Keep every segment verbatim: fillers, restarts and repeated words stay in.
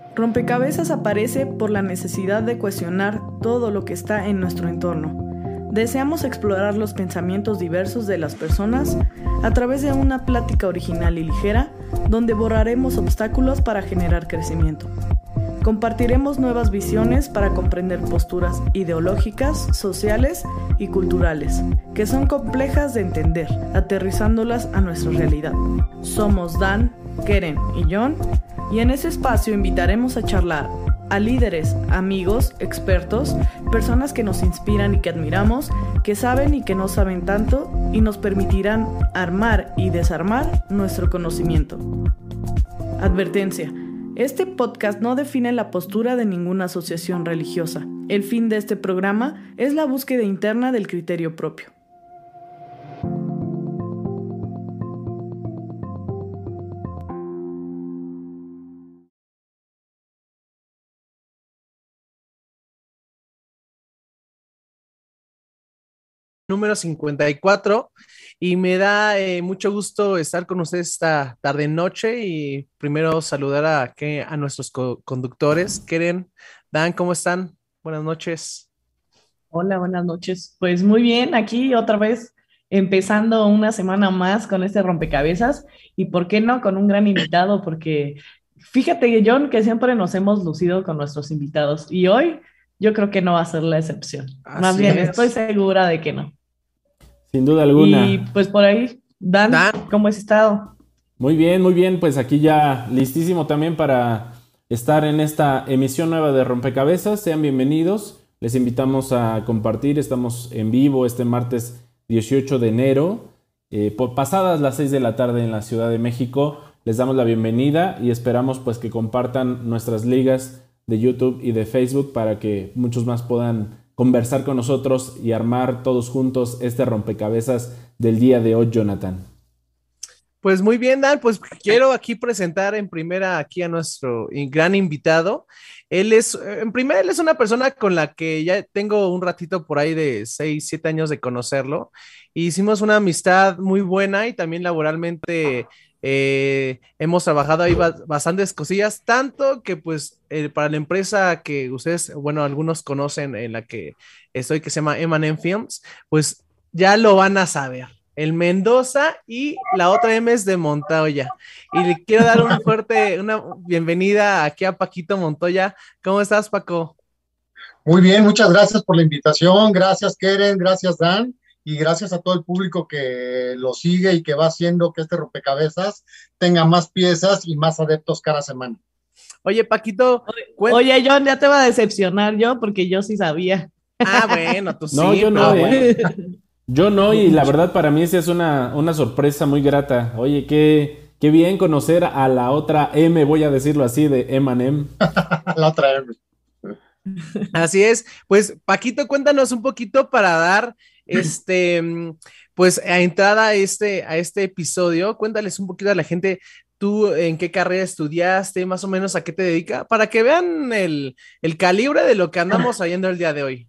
Rompecabezas aparece por la necesidad de cuestionar todo lo que está en nuestro entorno. Deseamos explorar los pensamientos diversos de las personas a través de una plática original y ligera, donde borraremos obstáculos para generar crecimiento. Compartiremos nuevas visiones para comprender posturas ideológicas, sociales y culturales, que son complejas de entender, aterrizándolas a nuestra realidad. Somos Dan, Keren y John, y en ese espacio invitaremos a charlar a líderes, amigos, expertos, personas que nos inspiran y que admiramos, que saben y que no saben tanto, y nos permitirán armar y desarmar nuestro conocimiento. Advertencia: este podcast no define la postura de ninguna asociación religiosa. El fin de este programa es la búsqueda interna del criterio propio. Número cincuenta y cuatro, y me da eh, mucho gusto estar con ustedes esta tarde noche. Y primero saludar a, que, a nuestros co conductores. Keren, Dan, ¿cómo están? Buenas noches. Hola, buenas noches. Pues muy bien, aquí otra vez empezando una semana más con este rompecabezas, y por qué no con un gran invitado, porque fíjate, John, que siempre nos hemos lucido con nuestros invitados y hoy yo creo que no va a ser la excepción. Así Más bien, es. estoy segura de que no. Sin duda alguna. Y pues por ahí, Dan, Dan. ¿cómo has estado? Muy bien, muy bien. Pues aquí ya listísimo también para estar en esta emisión nueva de Rompecabezas. Sean bienvenidos. Les invitamos a compartir. Estamos en vivo este martes dieciocho de enero. Eh, por pasadas las seis de la tarde en la Ciudad de México. Les damos la bienvenida y esperamos pues que compartan nuestras ligas de YouTube y de Facebook para que muchos más puedan conversar con nosotros y armar todos juntos este rompecabezas del día de hoy, Jonathan. Pues muy bien, Dan, pues quiero aquí presentar en primera aquí a nuestro gran invitado. Él es, en primera, él es una persona con la que ya tengo un ratito por ahí de seis, siete años de conocerlo. Hicimos una amistad muy buena y también laboralmente eh, hemos trabajado ahí bastantes cosillas, tanto que pues eh, para la empresa que ustedes, bueno, algunos conocen, en la que estoy, que se llama M and M Films, pues ya lo van a saber. El Mendoza, y la otra M es de Montoya. Y le quiero dar un fuerte, una bienvenida aquí a Paquito Montoya. ¿Cómo estás, Paco? Muy bien, muchas gracias por la invitación. Gracias, Keren, gracias, Dan, y gracias a todo el público que lo sigue y que va haciendo que este rompecabezas tenga más piezas y más adeptos cada semana. Oye, Paquito. Oye, John, ya te va a decepcionar yo, porque yo sí sabía. Ah, bueno, tú sí. No, yo no, pero... ¿eh? Yo no, y la verdad para mí sí es una, una sorpresa muy grata. Oye, qué, qué bien conocer a la otra M, voy a decirlo así, de M and M. La otra M. Así es. Pues, Paquito, cuéntanos un poquito para dar este, pues, a entrada a este, a este episodio. Cuéntales un poquito a la gente, tú en qué carrera estudiaste, más o menos a qué te dedicas, para que vean el, el calibre de lo que andamos oyendo el día de hoy.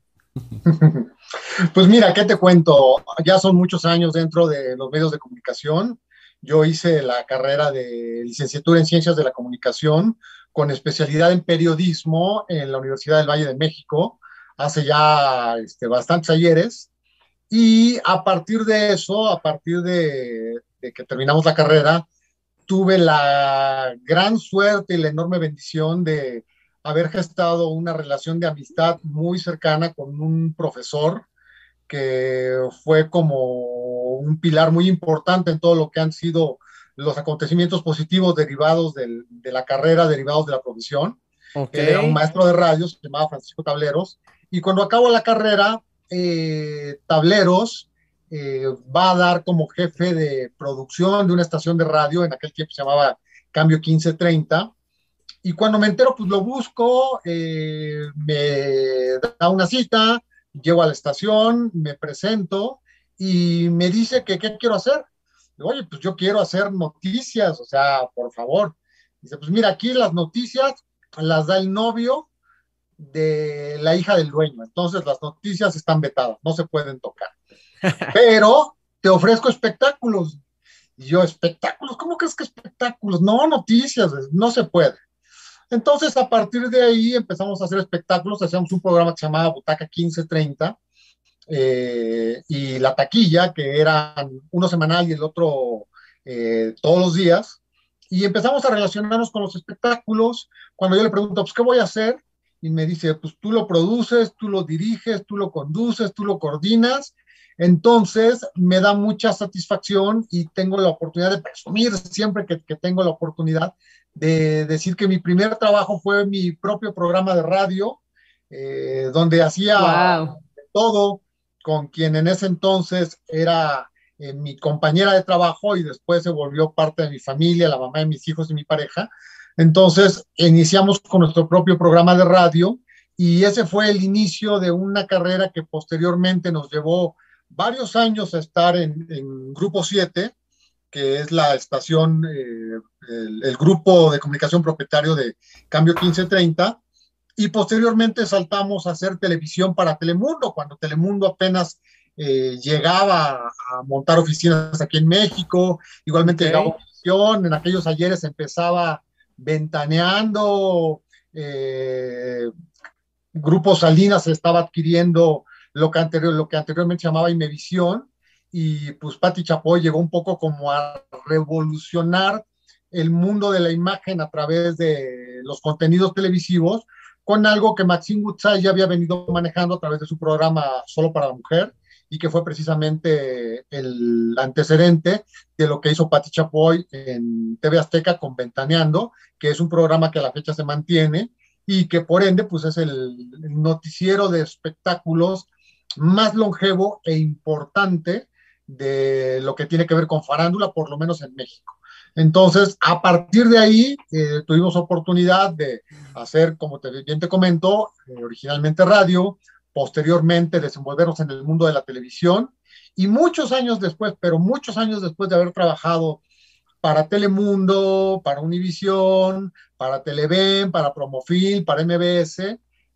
Pues mira, ¿qué te cuento? Ya son muchos años dentro de los medios de comunicación. Yo hice la carrera de licenciatura en Ciencias de la Comunicación con especialidad en periodismo en la Universidad del Valle de México, hace ya este, bastantes ayeres. Y a partir de eso, a partir de, de que terminamos la carrera, tuve la gran suerte y la enorme bendición de haber gestado una relación de amistad muy cercana con un profesor que fue como un pilar muy importante en todo lo que han sido los acontecimientos positivos derivados del, de la carrera, derivados de la profesión. Okay. Él era un maestro de radio, se llamaba Francisco Tableros, y cuando acabo la carrera, eh, Tableros eh, va a dar como jefe de producción de una estación de radio, en aquel tiempo se llamaba Cambio quince treinta, y cuando me entero, pues lo busco, eh, me da una cita, llego a la estación, me presento y me dice que qué quiero hacer. Oye, pues yo quiero hacer noticias, o sea, por favor. Dice, pues mira, aquí las noticias las da el novio de la hija del dueño, entonces las noticias están vetadas, no se pueden tocar. Pero te ofrezco espectáculos. Y yo, ¿espectáculos? ¿Cómo crees que espectáculos? No, noticias, no se puede. Entonces, a partir de ahí empezamos a hacer espectáculos, hacíamos un programa que se llamaba Butaca quince treinta, eh, y La Taquilla, que eran uno semanal y el otro eh, todos los días, y empezamos a relacionarnos con los espectáculos. Cuando yo le pregunto, pues, ¿qué voy a hacer? Y me dice, pues, tú lo produces, tú lo diriges, tú lo conduces, tú lo coordinas. Entonces, me da mucha satisfacción y tengo la oportunidad de presumir siempre que, que tengo la oportunidad de decir que mi primer trabajo fue mi propio programa de radio, eh, donde hacía Wow. todo con quien en ese entonces era eh, mi compañera de trabajo y después se volvió parte de mi familia, la mamá de mis hijos y mi pareja. Entonces, iniciamos con nuestro propio programa de radio y ese fue el inicio de una carrera que posteriormente nos llevó varios años a estar en, en Grupo siete, que es la estación, eh, el, el grupo de comunicación propietario de Cambio quince treinta, y posteriormente saltamos a hacer televisión para Telemundo, cuando Telemundo apenas eh, llegaba a montar oficinas aquí en México, igualmente Ok. llegaba a Opción, en aquellos ayeres empezaba Ventaneando, eh, Grupo Salinas estaba adquiriendo lo que, anterior, lo que anteriormente se llamaba Imevisión, y pues Pati Chapoy llegó un poco como a revolucionar el mundo de la imagen a través de los contenidos televisivos, con algo que Maxine Goodside ya había venido manejando a través de su programa Solo para la Mujer, y que fue precisamente el antecedente de lo que hizo Pati Chapoy en T V Azteca con Ventaneando, que es un programa que a la fecha se mantiene y que por ende pues es el noticiero de espectáculos más longevo e importante de lo que tiene que ver con farándula, por lo menos en México. Entonces, a partir de ahí, eh, tuvimos oportunidad de hacer, como te, bien te comento, eh, originalmente radio, posteriormente desenvolvernos en el mundo de la televisión, y muchos años después, pero muchos años después de haber trabajado para Telemundo, para Univisión, para Televen, para Promofil, para M B S,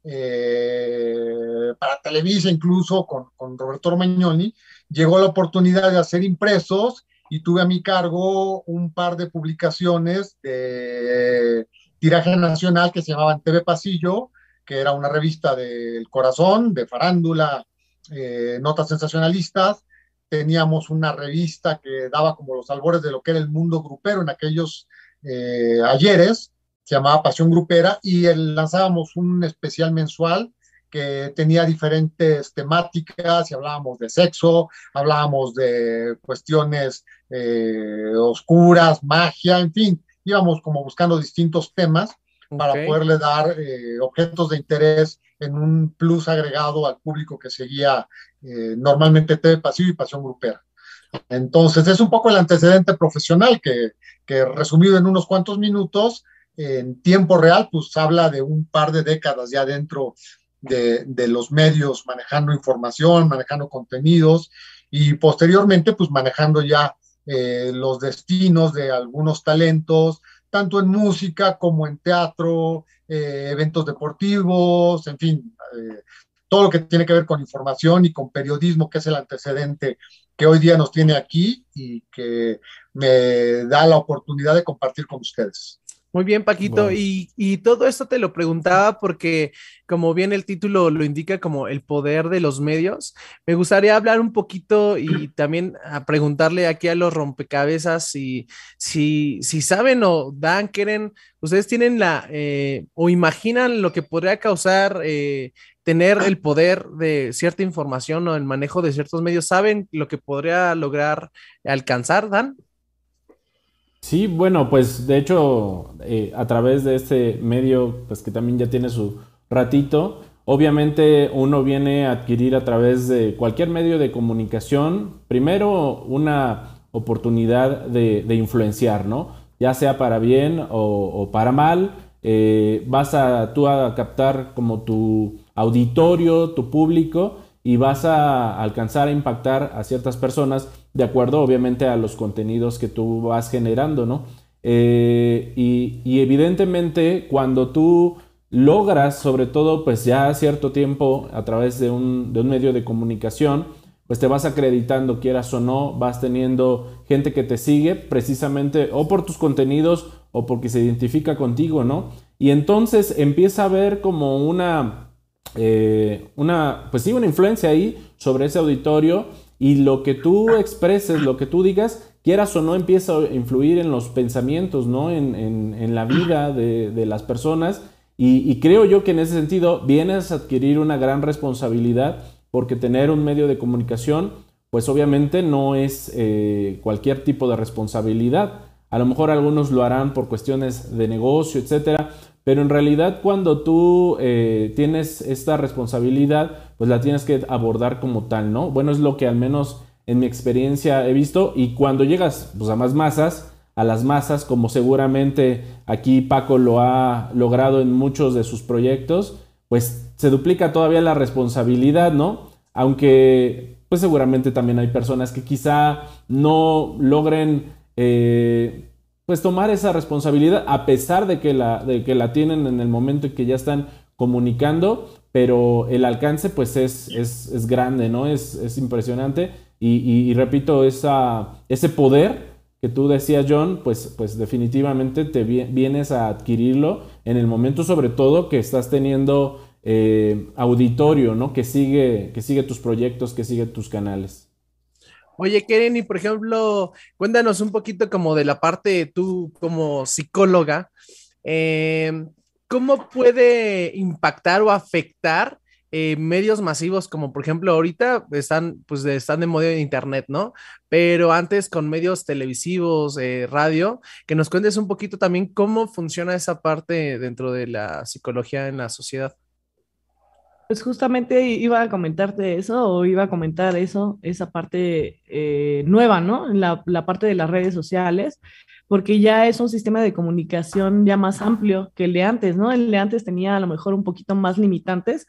eh, para Televisa incluso, con, con Roberto Romagnoli, llegó la oportunidad de hacer impresos y tuve a mi cargo un par de publicaciones de tiraje nacional que se llamaban T V Pasillo, que era una revista del corazón, de farándula, eh, notas sensacionalistas. Teníamos una revista que daba como los albores de lo que era el mundo grupero en aquellos eh, ayeres, se llamaba Pasión Grupera, y el, lanzábamos un especial mensual que tenía diferentes temáticas, y hablábamos de sexo, hablábamos de cuestiones eh, oscuras, magia, en fin, íbamos como buscando distintos temas para Ok. poderle dar eh, objetos de interés en un plus agregado al público que seguía eh, normalmente T V Pasivo y Pasión Grupera. Entonces, es un poco el antecedente profesional que, que resumido en unos cuantos minutos, en tiempo real, pues habla de un par de décadas ya dentro de, de los medios, manejando información, manejando contenidos, y posteriormente, pues manejando ya eh, los destinos de algunos talentos, tanto en música como en teatro, eh, eventos deportivos, en fin, eh, todo lo que tiene que ver con información y con periodismo, que es el antecedente que hoy día nos tiene aquí y que me da la oportunidad de compartir con ustedes. Muy bien, Paquito, Wow. y, y todo esto te lo preguntaba porque, como bien el título lo indica, como el poder de los medios. Me gustaría hablar un poquito y también a preguntarle aquí a los rompecabezas si, si, si saben o dan, quieren, ustedes tienen la, eh, o imaginan lo que podría causar eh, tener el poder de cierta información o el manejo de ciertos medios. ¿Saben lo que podría lograr alcanzar, Dan? Sí, bueno, pues de hecho, eh, a través de este medio, pues que también ya tiene su ratito, obviamente uno viene a adquirir a través de cualquier medio de comunicación, primero una oportunidad de, de influenciar, ¿no? Ya sea para bien o, o para mal, eh, vas a tú a captar como tu auditorio, tu público, y vas a alcanzar a impactar a ciertas personas de acuerdo obviamente a los contenidos que tú vas generando, ¿no? Eh, y, y evidentemente cuando tú logras, sobre todo pues ya cierto tiempo a través de un, de un medio de comunicación, pues te vas acreditando, quieras o no, vas teniendo gente que te sigue precisamente o por tus contenidos o porque se identifica contigo, ¿no? Y entonces empieza a haber como una, eh, una, pues sí, una influencia ahí sobre ese auditorio, y lo que tú expreses, lo que tú digas, quieras o no, empieza a influir en los pensamientos, ¿no? En, en, en la vida de, de las personas. Y, y creo yo que en ese sentido vienes a adquirir una gran responsabilidad, porque tener un medio de comunicación, pues obviamente no es eh, cualquier tipo de responsabilidad. A lo mejor algunos lo harán por cuestiones de negocio, etcétera, pero en realidad cuando tú eh, tienes esta responsabilidad, pues la tienes que abordar como tal, ¿no? Bueno, es lo que al menos en mi experiencia he visto, y cuando llegas pues, a más masas, a las masas, como seguramente aquí Paco lo ha logrado en muchos de sus proyectos, pues se duplica todavía la responsabilidad, ¿no? Aunque pues seguramente también hay personas que quizá no logren eh, pues tomar esa responsabilidad, a pesar de que, la, de que la tienen en el momento en que ya están comunicando, pero el alcance pues es, es, es grande, ¿no? Es, es impresionante, y, y, y repito, esa, ese poder que tú decías, John, pues, pues definitivamente te vienes a adquirirlo en el momento, sobre todo, que estás teniendo eh, auditorio, ¿no? Que sigue, que sigue tus proyectos, que sigue tus canales. Oye, Keren, y por ejemplo, cuéntanos un poquito como de la parte tú como psicóloga, eh, ¿cómo puede impactar o afectar eh, medios masivos como por ejemplo ahorita están, pues, de- están de moda de internet, ¿no? Pero antes con medios televisivos, eh, radio, que nos cuentes un poquito también cómo funciona esa parte dentro de la psicología en la sociedad. Pues justamente iba a comentarte eso, o iba a comentar eso, esa parte eh, nueva, ¿no? La, la parte de las redes sociales, porque ya es un sistema de comunicación ya más amplio que el de antes, ¿no? El de antes tenía a lo mejor un poquito más limitantes,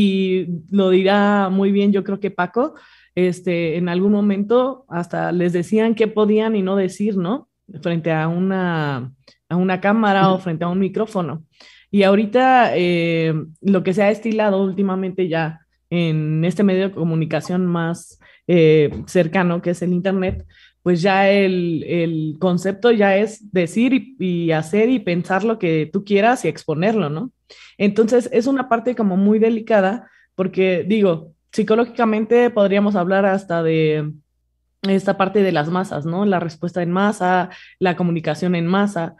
y lo dirá muy bien, yo creo que Paco, este, en algún momento hasta les decían qué podían y no decir, ¿no? Frente a una, a una cámara o frente a un micrófono. Y ahorita eh, lo que se ha estilado últimamente ya en este medio de comunicación más eh, cercano, que es el Internet, pues ya el, el concepto ya es decir y, y hacer y pensar lo que tú quieras y exponerlo, ¿no? Entonces es una parte como muy delicada, porque digo, psicológicamente podríamos hablar hasta de esta parte de las masas, ¿no? La respuesta en masa, la comunicación en masa.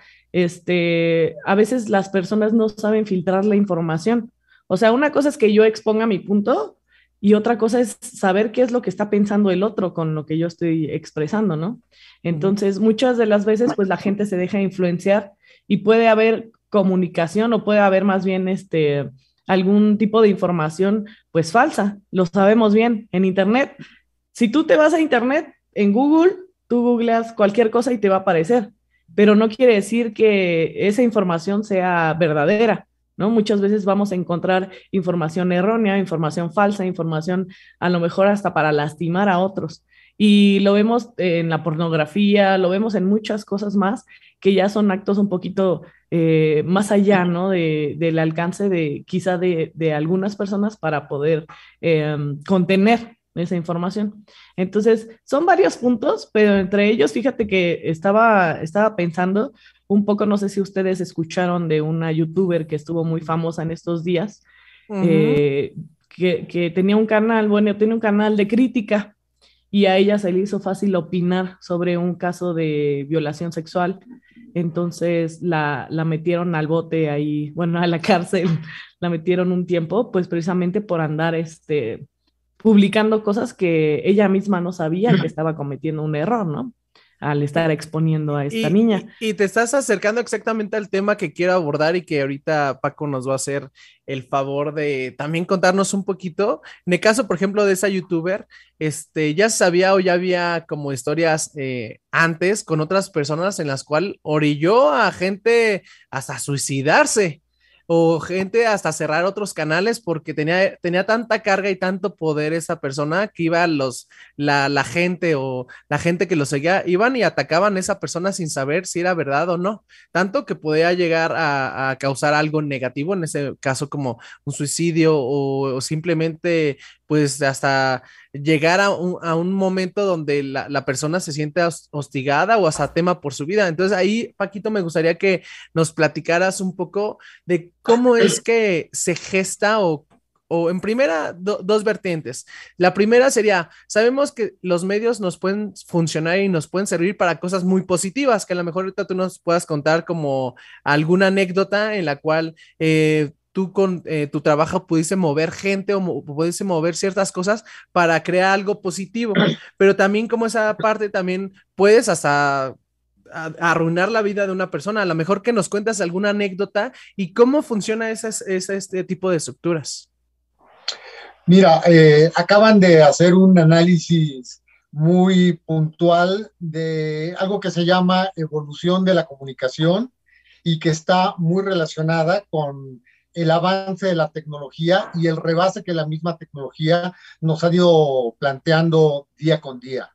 Este, a veces las personas no saben filtrar la información. O sea, una cosa es que yo exponga mi punto, y otra cosa es saber qué es lo que está pensando el otro con lo que yo estoy expresando, ¿no? Ujú. Entonces, muchas de las veces, pues la gente se deja influenciar, y puede haber comunicación, o puede haber más bien este algún tipo de información pues falsa. Lo sabemos bien en internet. Si tú te vas a internet, en Google, tú googleas cualquier cosa y te va a aparecer, pero no quiere decir que esa información sea verdadera, ¿no? Muchas veces vamos a encontrar información errónea, información falsa, información a lo mejor hasta para lastimar a otros. Y lo vemos en la pornografía, lo vemos en muchas cosas más, que ya son actos un poquito eh, más allá, ¿no? De, del alcance de quizá de, de algunas personas para poder eh, contener esa información. Entonces, son varios puntos, pero entre ellos, fíjate que estaba, estaba pensando un poco, no sé si ustedes escucharon de una youtuber que estuvo muy famosa en estos días, Ujú. eh, que, que tenía un canal, bueno, tiene un canal de crítica, y a ella se le hizo fácil opinar sobre un caso de violación sexual. Entonces la, la metieron al bote ahí, bueno, a la cárcel, la metieron un tiempo, pues precisamente por andar este, publicando cosas que ella misma no sabía que estaba cometiendo un error, ¿no? Al estar exponiendo a esta Y, niña. y- y te estás acercando exactamente al tema que quiero abordar y que ahorita Paco nos va a hacer el favor de también contarnos un poquito. En el caso, por ejemplo, de esa youtuber, este, ya se sabía o ya había como historias eh, antes con otras personas en las cuales orilló a gente hasta suicidarse o gente hasta cerrar otros canales porque tenía, tenía tanta carga y tanto poder esa persona que iba a los, la, la gente o la gente que lo seguía iban y atacaban a esa persona sin saber si era verdad o no, tanto que podía llegar a, a causar algo negativo, en ese caso como un suicidio o, o simplemente pues hasta llegar a un, a un momento donde la, la persona se siente hostigada o hasta tema por su vida. Entonces ahí, Paquito, me gustaría que nos platicaras un poco de cómo es que se gesta o O en primera, do, dos vertientes. La primera sería, sabemos que los medios nos pueden funcionar y nos pueden servir para cosas muy positivas, que a lo mejor ahorita tú nos puedas contar como alguna anécdota en la cual eh, tú con eh, tu trabajo pudiste mover gente o mo pudiste mover ciertas cosas para crear algo positivo, pero también como esa parte también puedes hasta a, a arruinar la vida de una persona. A lo mejor que nos cuentas alguna anécdota y cómo funciona esas, esa, este tipo de estructuras. Mira, eh, acaban de hacer un análisis muy puntual de algo que se llama evolución de la comunicación y que está muy relacionada con el avance de la tecnología y el rebase que la misma tecnología nos ha ido planteando día con día.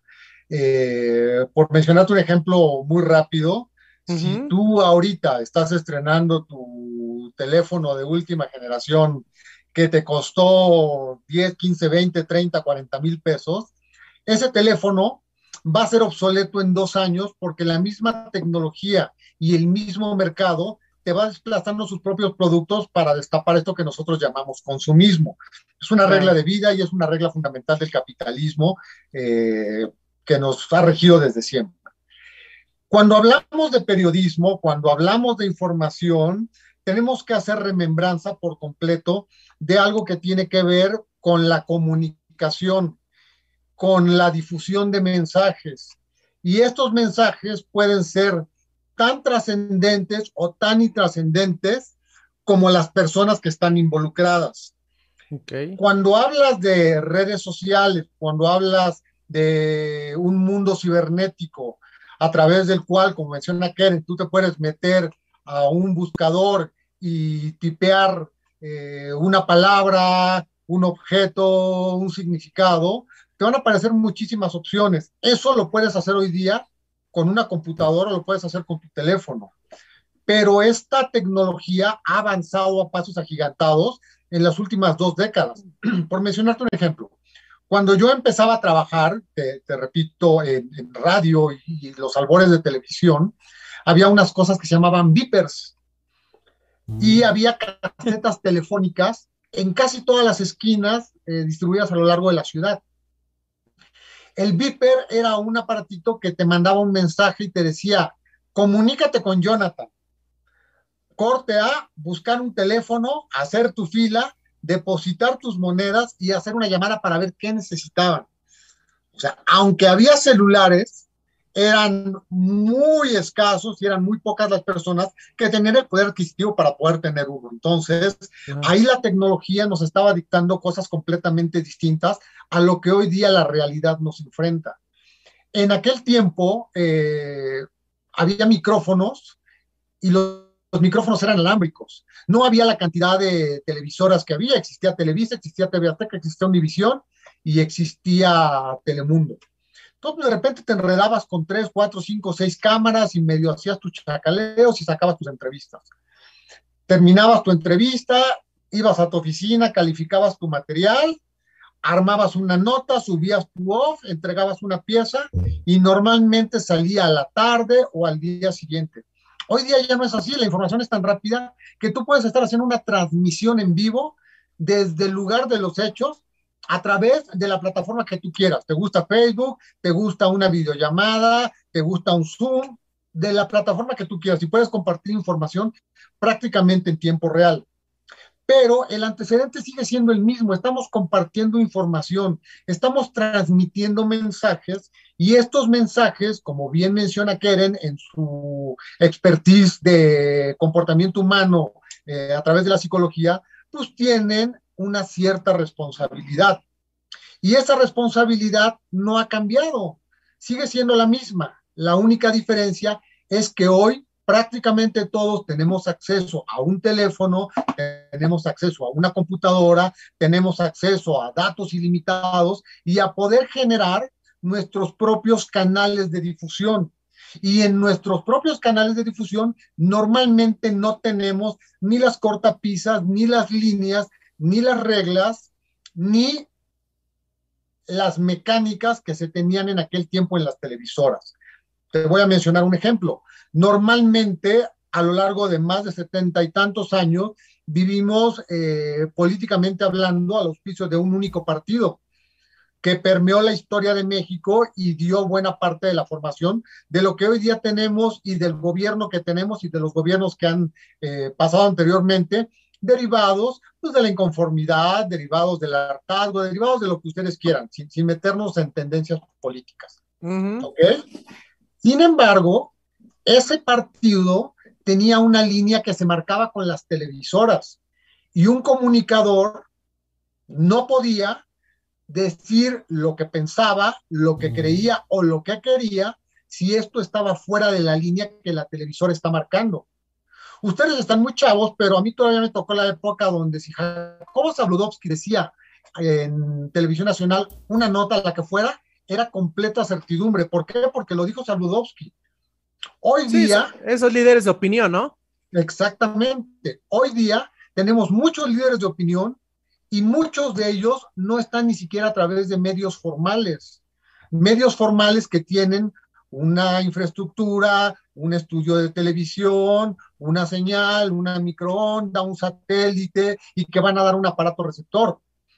Eh, por mencionarte un ejemplo muy rápido, uh-huh. Si tú ahorita estás estrenando tu teléfono de última generación que te costó diez, quince, veinte, treinta, cuarenta mil pesos, ese teléfono va a ser obsoleto en dos años porque la misma tecnología y el mismo mercado te va desplazando sus propios productos para destapar esto que nosotros llamamos consumismo. Es una regla de vida y es una regla fundamental del capitalismo eh, que nos ha regido desde siempre. Cuando hablamos de periodismo, cuando hablamos de información, tenemos que hacer remembranza por completo de algo que tiene que ver con la comunicación, con la difusión de mensajes. Y estos mensajes pueden ser tan trascendentes o tan intrascendentes como las personas que están involucradas. Okay. Cuando hablas de redes sociales, cuando hablas de un mundo cibernético a través del cual, como menciona Keren, tú te puedes meter a un buscador y tipear eh, una palabra, un objeto, un significado, te van a aparecer muchísimas opciones. Eso lo puedes hacer hoy día con una computadora, lo puedes hacer con tu teléfono. Pero esta tecnología ha avanzado a pasos agigantados en las últimas dos décadas. Por mencionarte un ejemplo, cuando yo empezaba a trabajar, te, te repito, en, en radio y, y los albores de televisión, había unas cosas que se llamaban beepers mm. y había casetas telefónicas en casi todas las esquinas eh, distribuidas a lo largo de la ciudad. El beeper era un aparatito que te mandaba un mensaje y te decía, comunícate con Jonathan. Corte A, buscar un teléfono, hacer tu fila, depositar tus monedas y hacer una llamada para ver qué necesitaban. O sea, aunque había celulares, eran muy escasos y eran muy pocas las personas que tenían el poder adquisitivo para poder tener uno. Entonces, uh-huh. ahí la tecnología nos estaba dictando cosas completamente distintas a lo que hoy día la realidad nos enfrenta. En aquel tiempo, eh, había micrófonos y los Los micrófonos eran alámbricos. No había la cantidad de televisoras que había. Existía Televisa, existía T V Azteca, existía Univisión y existía Telemundo. Entonces, de repente te enredabas con tres, cuatro, cinco, seis cámaras y medio hacías tus chacaleos y sacabas tus entrevistas. Terminabas tu entrevista, ibas a tu oficina, calificabas tu material, armabas una nota, subías tu off, entregabas una pieza y normalmente salía a la tarde o al día siguiente. Hoy día ya no es así, la información es tan rápida que tú puedes estar haciendo una transmisión en vivo desde el lugar de los hechos a través de la plataforma que tú quieras. ¿Te gusta Facebook? ¿Te gusta una videollamada? ¿Te gusta un Zoom? De la plataforma que tú quieras y puedes compartir información prácticamente en tiempo real. Pero el antecedente sigue siendo el mismo, estamos compartiendo información, estamos transmitiendo mensajes y estos mensajes, como bien menciona Keren en su expertise de comportamiento humano eh, a través de la psicología, pues tienen una cierta responsabilidad. Y esa responsabilidad no ha cambiado, sigue siendo la misma. La única diferencia es que hoy prácticamente todos tenemos acceso a un teléfono, tenemos acceso a una computadora, tenemos acceso a datos ilimitados y a poder generar nuestros propios canales de difusión. Y en nuestros propios canales de difusión normalmente no tenemos ni las cortapisas, ni las líneas, ni las reglas, ni las mecánicas que se tenían en aquel tiempo en las televisoras. Te voy a mencionar un ejemplo. Normalmente, a lo largo de más de setenta y tantos años, vivimos eh, políticamente hablando al auspicio de un único partido que permeó la historia de México y dio buena parte de la formación de lo que hoy día tenemos y del gobierno que tenemos y de los gobiernos que han eh, pasado anteriormente, derivados pues, de la inconformidad, derivados del hartazgo, derivados de lo que ustedes quieran, sin, sin meternos en tendencias políticas. Uh-huh. ¿Ok? Sin embargo, ese partido tenía una línea que se marcaba con las televisoras y un comunicador no podía decir lo que pensaba, lo que creía o lo que quería si esto estaba fuera de la línea que la televisora está marcando. Ustedes están muy chavos, pero a mí todavía me tocó la época donde si Jacobo Zabludovsky decía en Televisión Nacional una nota, la que fuera, era completa certidumbre. ¿Por qué? Porque lo dijo Zabludovsky. Hoy sí, día... Esos líderes de opinión, ¿no? Exactamente. Hoy día tenemos muchos líderes de opinión y muchos de ellos no están ni siquiera a través de medios formales. Medios formales que tienen una infraestructura, un estudio de televisión, una señal, una microonda, un satélite y que van a dar un aparato receptor.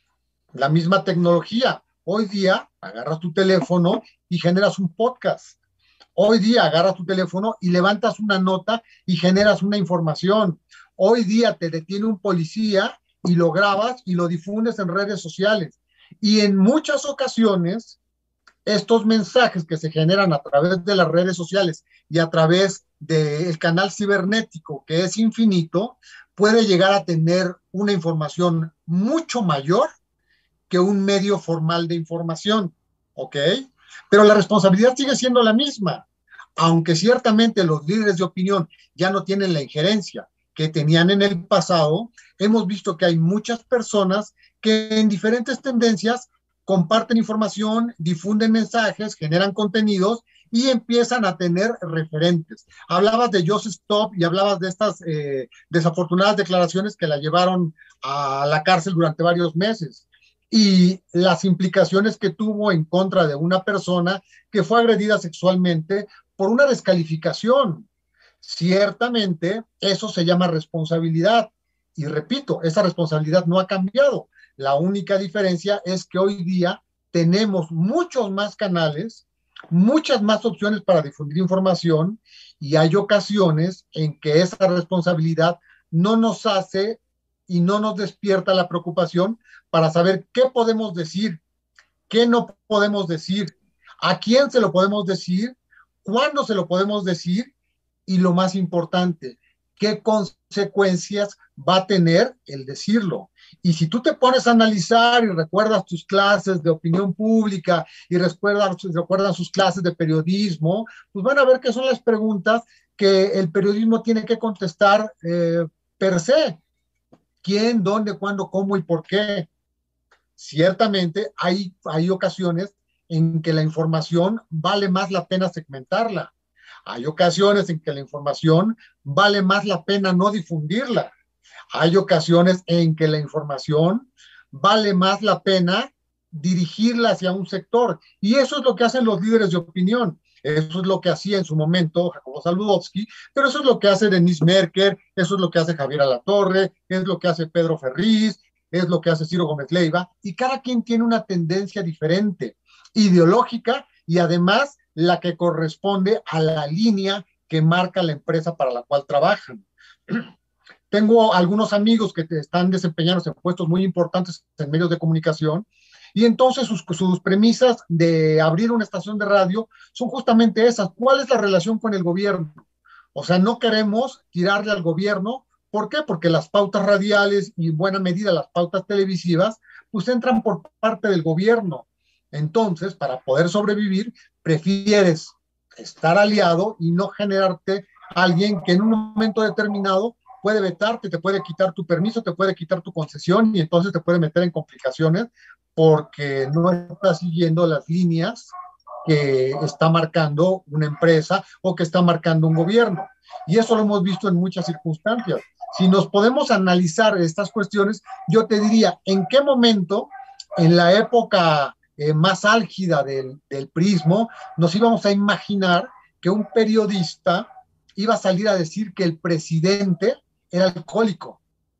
La misma tecnología. Hoy día agarras tu teléfono y generas un podcast. Hoy día agarras tu teléfono y levantas una nota y generas una información. Hoy día te detiene un policía y lo grabas y lo difundes en redes sociales. Y en muchas ocasiones, estos mensajes que se generan a través de las redes sociales y a través del canal cibernético, que es infinito, puede llegar a tener una información mucho mayor que un medio formal de información, ¿ok? Pero la responsabilidad sigue siendo la misma, aunque ciertamente los líderes de opinión ya no tienen la injerencia que tenían en el pasado. Hemos visto que hay muchas personas que en diferentes tendencias comparten información, difunden mensajes, generan contenidos y empiezan a tener referentes. Hablabas de Joseph Stop y hablabas de estas eh, desafortunadas declaraciones que la llevaron a la cárcel durante varios meses y las implicaciones que tuvo en contra de una persona que fue agredida sexualmente por una descalificación. Ciertamente, eso se llama responsabilidad. Y repito, esa responsabilidad no ha cambiado. La única diferencia es que hoy día tenemos muchos más canales, muchas más opciones para difundir información y hay ocasiones en que esa responsabilidad no nos hace y no nos despierta la preocupación para saber qué podemos decir, qué no podemos decir, a quién se lo podemos decir, cuándo se lo podemos decir y lo más importante, qué consecuencias va a tener el decirlo. Y si tú te pones a analizar y recuerdas tus clases de opinión pública y recuerdas, recuerdas sus clases de periodismo, pues van a ver que son las preguntas que el periodismo tiene que contestar eh, per se. ¿Quién, dónde, cuándo, cómo y por qué? Ciertamente hay, hay ocasiones en que la información vale más la pena segmentarla. Hay ocasiones en que la información vale más la pena no difundirla. Hay ocasiones en que la información vale más la pena dirigirla hacia un sector. Y eso es lo que hacen los líderes de opinión. Eso es lo que hacía en su momento Jacobo Zabludovsky, pero eso es lo que hace Denise Merker, eso es lo que hace Javier Alatorre, es lo que hace Pedro Ferriz, es lo que hace Ciro Gómez Leiva, y cada quien tiene una tendencia diferente, ideológica, y además la que corresponde a la línea que marca la empresa para la cual trabajan. Tengo algunos amigos que están desempeñándose en puestos muy importantes en medios de comunicación, y entonces sus, sus premisas de abrir una estación de radio son justamente esas. ¿Cuál es la relación con el gobierno? O sea, no queremos tirarle al gobierno. ¿Por qué? Porque las pautas radiales y en buena medida las pautas televisivas, pues entran por parte del gobierno. Entonces, para poder sobrevivir, prefieres estar aliado y no generarte alguien que en un momento determinado puede vetarte, te puede quitar tu permiso, te puede quitar tu concesión y entonces te puede meter en complicaciones porque no está siguiendo las líneas que está marcando una empresa o que está marcando un gobierno. Y eso lo hemos visto en muchas circunstancias. Si nos podemos analizar estas cuestiones, yo te diría, ¿en qué momento en la época eh, más álgida del, del prismo, nos íbamos a imaginar que un periodista iba a salir a decir que el presidente era alcohólico.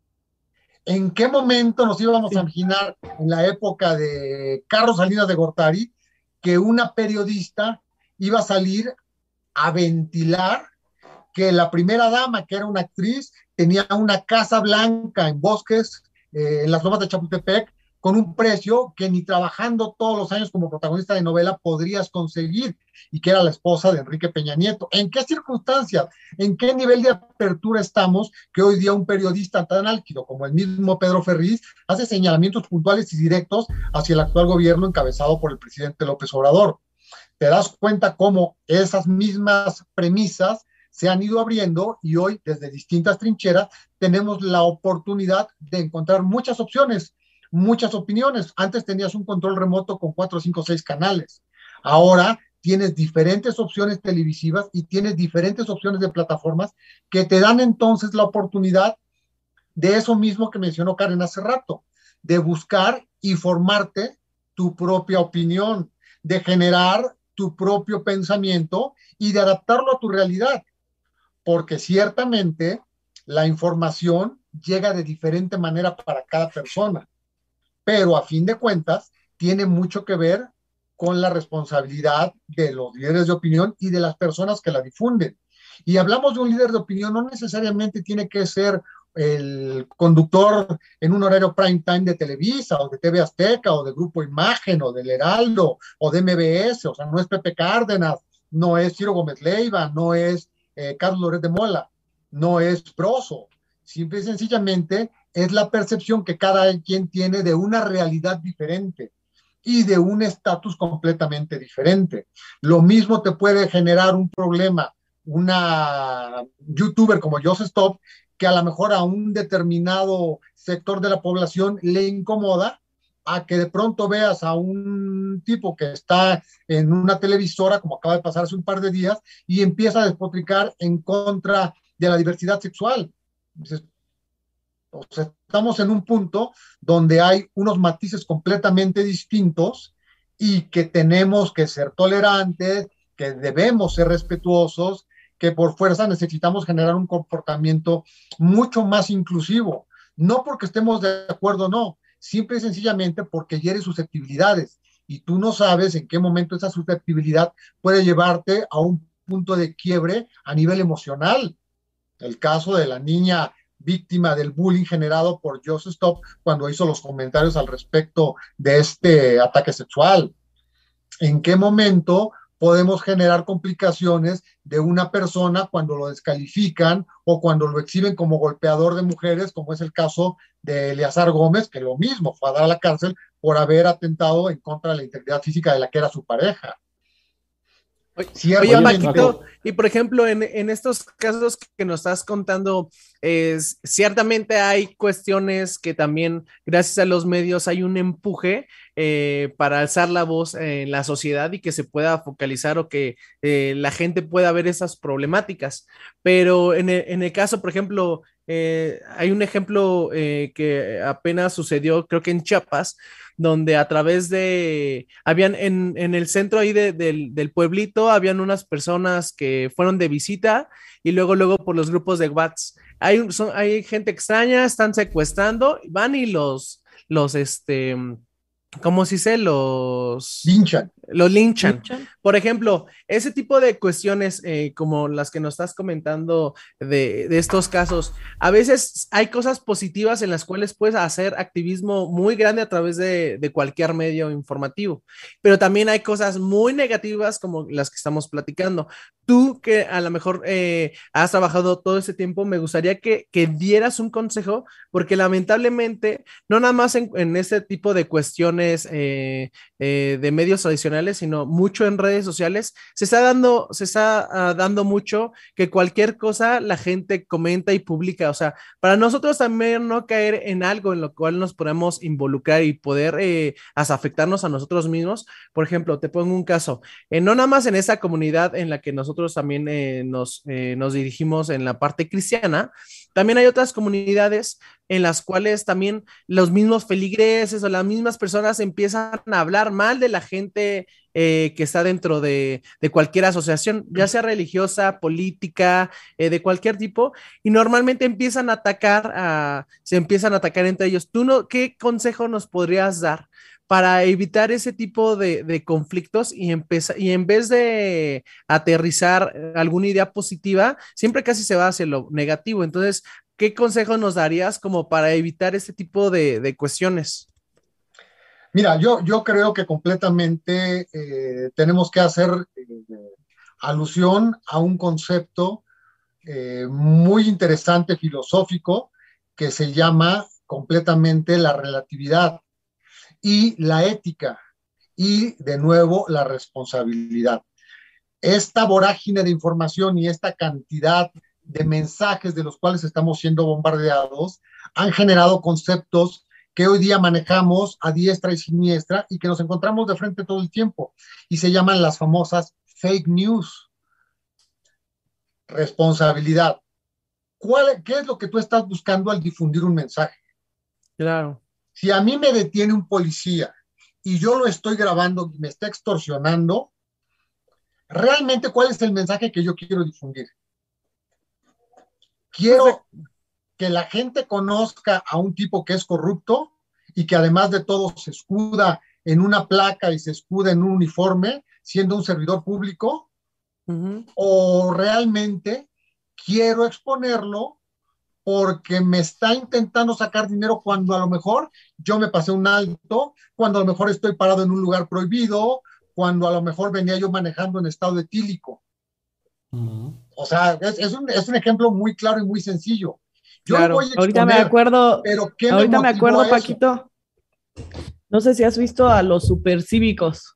¿En qué momento nos íbamos a imaginar en la época de Carlos Salinas de Gortari que una periodista iba a salir a ventilar que la primera dama, que era una actriz, tenía una casa blanca en Bosques, eh, en las lomas de Chapultepec, con un precio que ni trabajando todos los años como protagonista de novela podrías conseguir, y que era la esposa de Enrique Peña Nieto? ¿En qué circunstancias, en qué nivel de apertura estamos que hoy día un periodista tan álgido como el mismo Pedro Ferriz hace señalamientos puntuales y directos hacia el actual gobierno encabezado por el presidente López Obrador? Te das cuenta cómo esas mismas premisas se han ido abriendo, y hoy desde distintas trincheras tenemos la oportunidad de encontrar muchas opciones, muchas opiniones. Antes tenías un control remoto con cuatro, cinco, seis canales. Ahora tienes diferentes opciones televisivas y tienes diferentes opciones de plataformas que te dan entonces la oportunidad de eso mismo que mencionó Karen hace rato, de buscar y formarte tu propia opinión, de generar tu propio pensamiento y de adaptarlo a tu realidad, porque ciertamente la información llega de diferente manera para cada persona, pero a fin de cuentas tiene mucho que ver con la responsabilidad de los líderes de opinión y de las personas que la difunden. Y hablamos de un líder de opinión, no necesariamente tiene que ser el conductor en un horario prime time de Televisa o de T V Azteca o de Grupo Imagen o del Heraldo o de M B S, o sea, no es Pepe Cárdenas, no es Ciro Gómez Leiva, no es eh, Carlos Loret de Mola, no es Broso. Simple y sencillamente es la percepción que cada quien tiene de una realidad diferente y de un estatus completamente diferente. Lo mismo te puede generar un problema una youtuber como Joseph Stop, que a lo mejor a un determinado sector de la población le incomoda, a que de pronto veas a un tipo que está en una televisora, como acaba de pasar hace un par de días, y empieza a despotricar en contra de la diversidad sexual. Dices, o sea, estamos en un punto donde hay unos matices completamente distintos y que tenemos que ser tolerantes, que debemos ser respetuosos, que por fuerza necesitamos generar un comportamiento mucho más inclusivo. No porque estemos de acuerdo, no, simple y sencillamente porque hiere susceptibilidades y tú no sabes en qué momento esa susceptibilidad puede llevarte a un punto de quiebre a nivel emocional. El caso de la niña víctima del bullying generado por Joseph Stop cuando hizo los comentarios al respecto de este ataque sexual. ¿En qué momento podemos generar complicaciones de una persona cuando lo descalifican o cuando lo exhiben como golpeador de mujeres, como es el caso de Eleazar Gómez, que lo mismo fue a dar a la cárcel por haber atentado en contra de la integridad física de la que era su pareja? Oye, oye Paquito, y por ejemplo, en, en estos casos que nos estás contando, es, ciertamente hay cuestiones que también, gracias a los medios, hay un empuje eh, para alzar la voz en la sociedad y que se pueda focalizar o que eh, la gente pueda ver esas problemáticas. Pero en el, en el caso, por ejemplo, eh, hay un ejemplo eh, que apenas sucedió, creo que en Chiapas, donde a través de, habían en, en el centro ahí de, de, del pueblito, habían unas personas que fueron de visita y luego, luego por los grupos de WhatsApp, hay, son, hay gente extraña, están secuestrando, van y los, los, este, ¿cómo se dice? Los linchan. Los linchan. ¿Linchan? Por ejemplo, ese tipo de cuestiones eh, como las que nos estás comentando de, de estos casos, a veces hay cosas positivas en las cuales puedes hacer activismo muy grande a través de, de cualquier medio informativo, pero también hay cosas muy negativas como las que estamos platicando. Tú que a lo mejor eh, has trabajado todo ese tiempo, me gustaría que, que dieras un consejo, porque lamentablemente, no nada más en, en este tipo de cuestiones eh, eh, de medios tradicionales, sino mucho en redes sociales, se está dando, se está uh, dando mucho que cualquier cosa la gente comenta y publica. O sea, para nosotros también no caer en algo en lo cual nos podemos involucrar y poder eh, hasta afectarnos a nosotros mismos. Por ejemplo, te pongo un caso, eh, no nada más en esa comunidad en la que nosotros también eh, nos, eh, nos dirigimos en la parte cristiana, también hay otras comunidades en las cuales también los mismos feligreses o las mismas personas empiezan a hablar mal de la gente eh, que está dentro de, de cualquier asociación, ya sea religiosa, política, eh, de cualquier tipo, y normalmente empiezan a atacar, a, se empiezan a atacar entre ellos. ¿Tú no, qué consejo nos podrías dar para evitar ese tipo de, de conflictos y, empezar, y en vez de aterrizar alguna idea positiva, siempre casi se va hacia lo negativo? Entonces, ¿qué consejo nos darías como para evitar este tipo de, de cuestiones? Mira, yo, yo creo que completamente eh, tenemos que hacer eh, alusión a un concepto eh, muy interesante, filosófico, que se llama completamente la relatividad y la ética y, de nuevo, la responsabilidad. Esta vorágine de información y esta cantidad de mensajes de los cuales estamos siendo bombardeados han generado conceptos que hoy día manejamos a diestra y siniestra y que nos encontramos de frente todo el tiempo, y se llaman las famosas fake news. Responsabilidad. ¿Cuál, ¿Qué es lo que tú estás buscando al difundir un mensaje? Claro. Si a mí me detiene un policía y yo lo estoy grabando y me está extorsionando, realmente, ¿cuál es el mensaje que yo quiero difundir? Quiero que la gente conozca a un tipo que es corrupto y que además de todo se escuda en una placa y se escuda en un uniforme, siendo un servidor público, uh-huh. O realmente quiero exponerlo porque me está intentando sacar dinero cuando a lo mejor yo me pasé un alto, cuando a lo mejor estoy parado en un lugar prohibido, cuando a lo mejor venía yo manejando en estado etílico. Uh-huh. O sea, es, es, un, es un ejemplo muy claro y muy sencillo. Yo claro, voy a exponer, ahorita me acuerdo, pero ¿qué ahorita me, me acuerdo, Paquito. No sé si has visto a los supercívicos.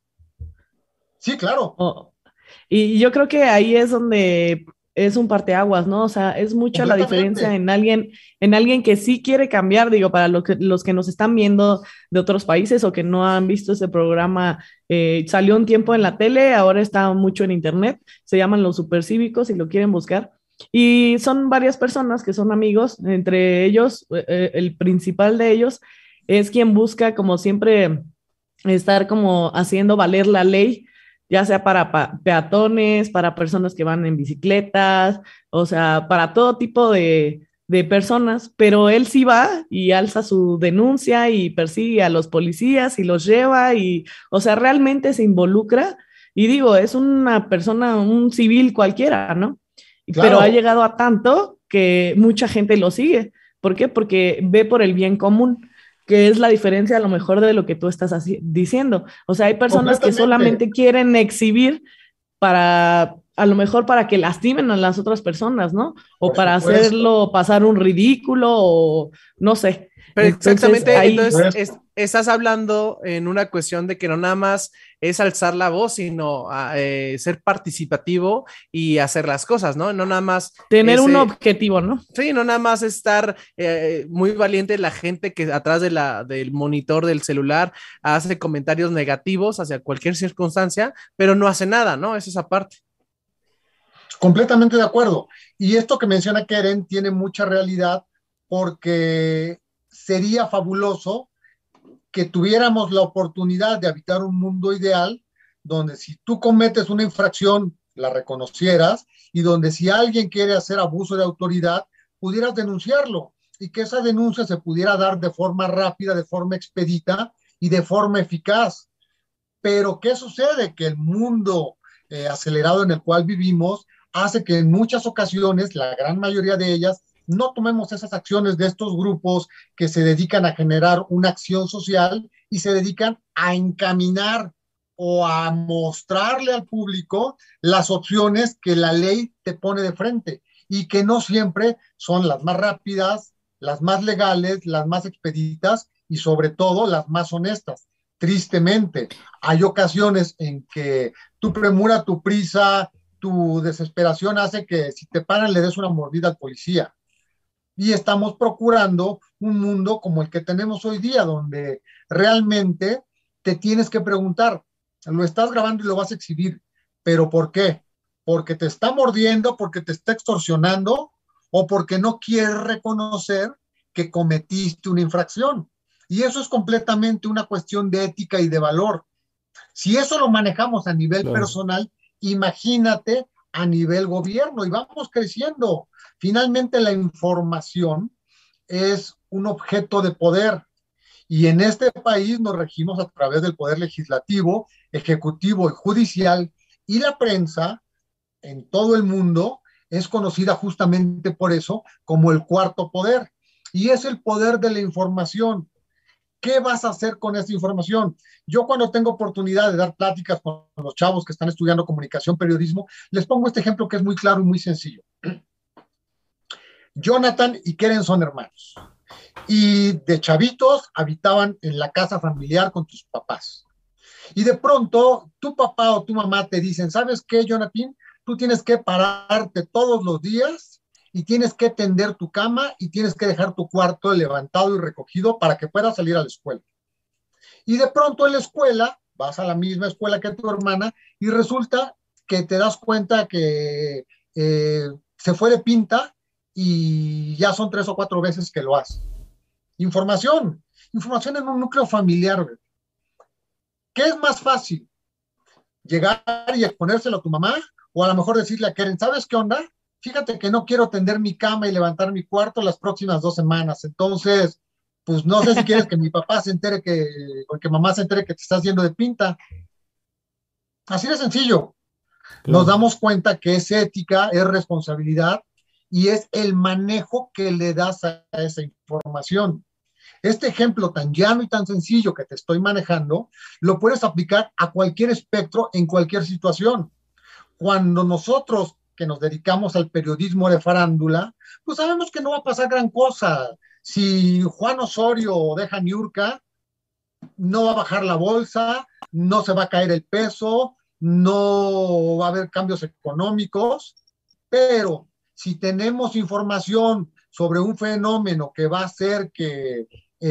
Sí, claro. Oh, y yo creo que ahí es donde es un parteaguas, ¿no? O sea, es mucha la diferencia en alguien, en alguien que sí quiere cambiar, digo, para lo que, los que nos están viendo de otros países o que no han visto ese programa, eh, salió un tiempo en la tele, ahora está mucho en internet, se llaman Los Supercívicos, si lo quieren buscar. Y son varias personas que son amigos, entre ellos, eh, el principal de ellos es quien busca, como siempre, estar como haciendo valer la ley, ya sea para peatones, para personas que van en bicicletas, o sea, para todo tipo de, de personas, pero él sí va y alza su denuncia y persigue a los policías y los lleva y, o sea, realmente se involucra. Y digo, es una persona, un civil cualquiera, ¿no? Claro. Pero ha llegado a tanto que mucha gente lo sigue. ¿Por qué? Porque ve por el bien común, que es la diferencia a lo mejor de lo que tú estás así, diciendo. O sea, hay personas que solamente quieren exhibir para, a lo mejor para que lastimen a las otras personas, ¿no? O por para supuesto. Hacerlo pasar un ridículo o no sé. Pero exactamente, entonces, ahí... entonces es, estás hablando en una cuestión de que no nada más es alzar la voz, sino eh, ser participativo y hacer las cosas, ¿no? No nada más... Tener ese, un objetivo, ¿no? Sí, no nada más estar eh, muy valiente la gente que atrás de la, del monitor del celular hace comentarios negativos hacia cualquier circunstancia, pero no hace nada, ¿no? Es esa parte. Completamente de acuerdo. Y esto que menciona Keren tiene mucha realidad porque sería fabuloso que tuviéramos la oportunidad de habitar un mundo ideal donde si tú cometes una infracción, la reconocieras y donde si alguien quiere hacer abuso de autoridad, pudieras denunciarlo y que esa denuncia se pudiera dar de forma rápida, de forma expedita y de forma eficaz. Pero ¿qué sucede? Que el mundo eh, acelerado en el cual vivimos hace que en muchas ocasiones, la gran mayoría de ellas, no tomemos esas acciones de estos grupos que se dedican a generar una acción social y se dedican a encaminar o a mostrarle al público las opciones que la ley te pone de frente y que no siempre son las más rápidas, las más legales, las más expeditas y sobre todo las más honestas. Tristemente, hay ocasiones en que tu premura, tu prisa, tu desesperación hace que si te paran le des una mordida al policía. Y estamos procurando un mundo como el que tenemos hoy día, donde realmente te tienes que preguntar, lo estás grabando y lo vas a exhibir, ¿pero por qué? ¿Porque te está mordiendo, porque te está extorsionando o porque no quieres reconocer que cometiste una infracción. Y eso es completamente una cuestión de ética y de valor. Si eso lo manejamos a nivel Claro. personal, imagínate a nivel gobierno y vamos creciendo. Finalmente la información es un objeto de poder y en este país nos regimos a través del poder legislativo, ejecutivo y judicial, y la prensa en todo el mundo es conocida justamente por eso como el cuarto poder, y es el poder de la información. ¿Qué vas a hacer con esta información? Yo cuando tengo oportunidad de dar pláticas con los chavos que están estudiando comunicación, periodismo, les pongo este ejemplo que es muy claro y muy sencillo. Jonathan y Keren son hermanos y de chavitos habitaban en la casa familiar con tus papás. Y de pronto tu papá o tu mamá te dicen, ¿sabes qué, Jonathan? Tú tienes que pararte todos los días y tienes que tender tu cama y tienes que dejar tu cuarto levantado y recogido para que puedas salir a la escuela. Y de pronto en la escuela, vas a la misma escuela que tu hermana y resulta que te das cuenta que eh, se fue de pinta y ya son tres o cuatro veces que lo hace. Información, información en un núcleo familiar. ¿Qué es más fácil? ¿Llegar y exponérselo a tu mamá? O a lo mejor decirle a Keren, ¿sabes qué onda? Fíjate que no quiero tender mi cama y levantar mi cuarto las próximas dos semanas. Entonces, pues no sé si quieres que mi papá se entere que, o que mamá se entere que te estás yendo de pinta. Así de sencillo. Claro. Nos damos cuenta que es ética, es responsabilidad y es el manejo que le das a esa información. Este ejemplo tan llano y tan sencillo que te estoy manejando, lo puedes aplicar a cualquier espectro en cualquier situación. Cuando nosotros que nos dedicamos al periodismo de farándula, pues sabemos que no va a pasar gran cosa. Si Juan Osorio deja Niurka, no va a bajar la bolsa, no se va a caer el peso, no va a haber cambios económicos, pero si tenemos información sobre un fenómeno que va a hacer que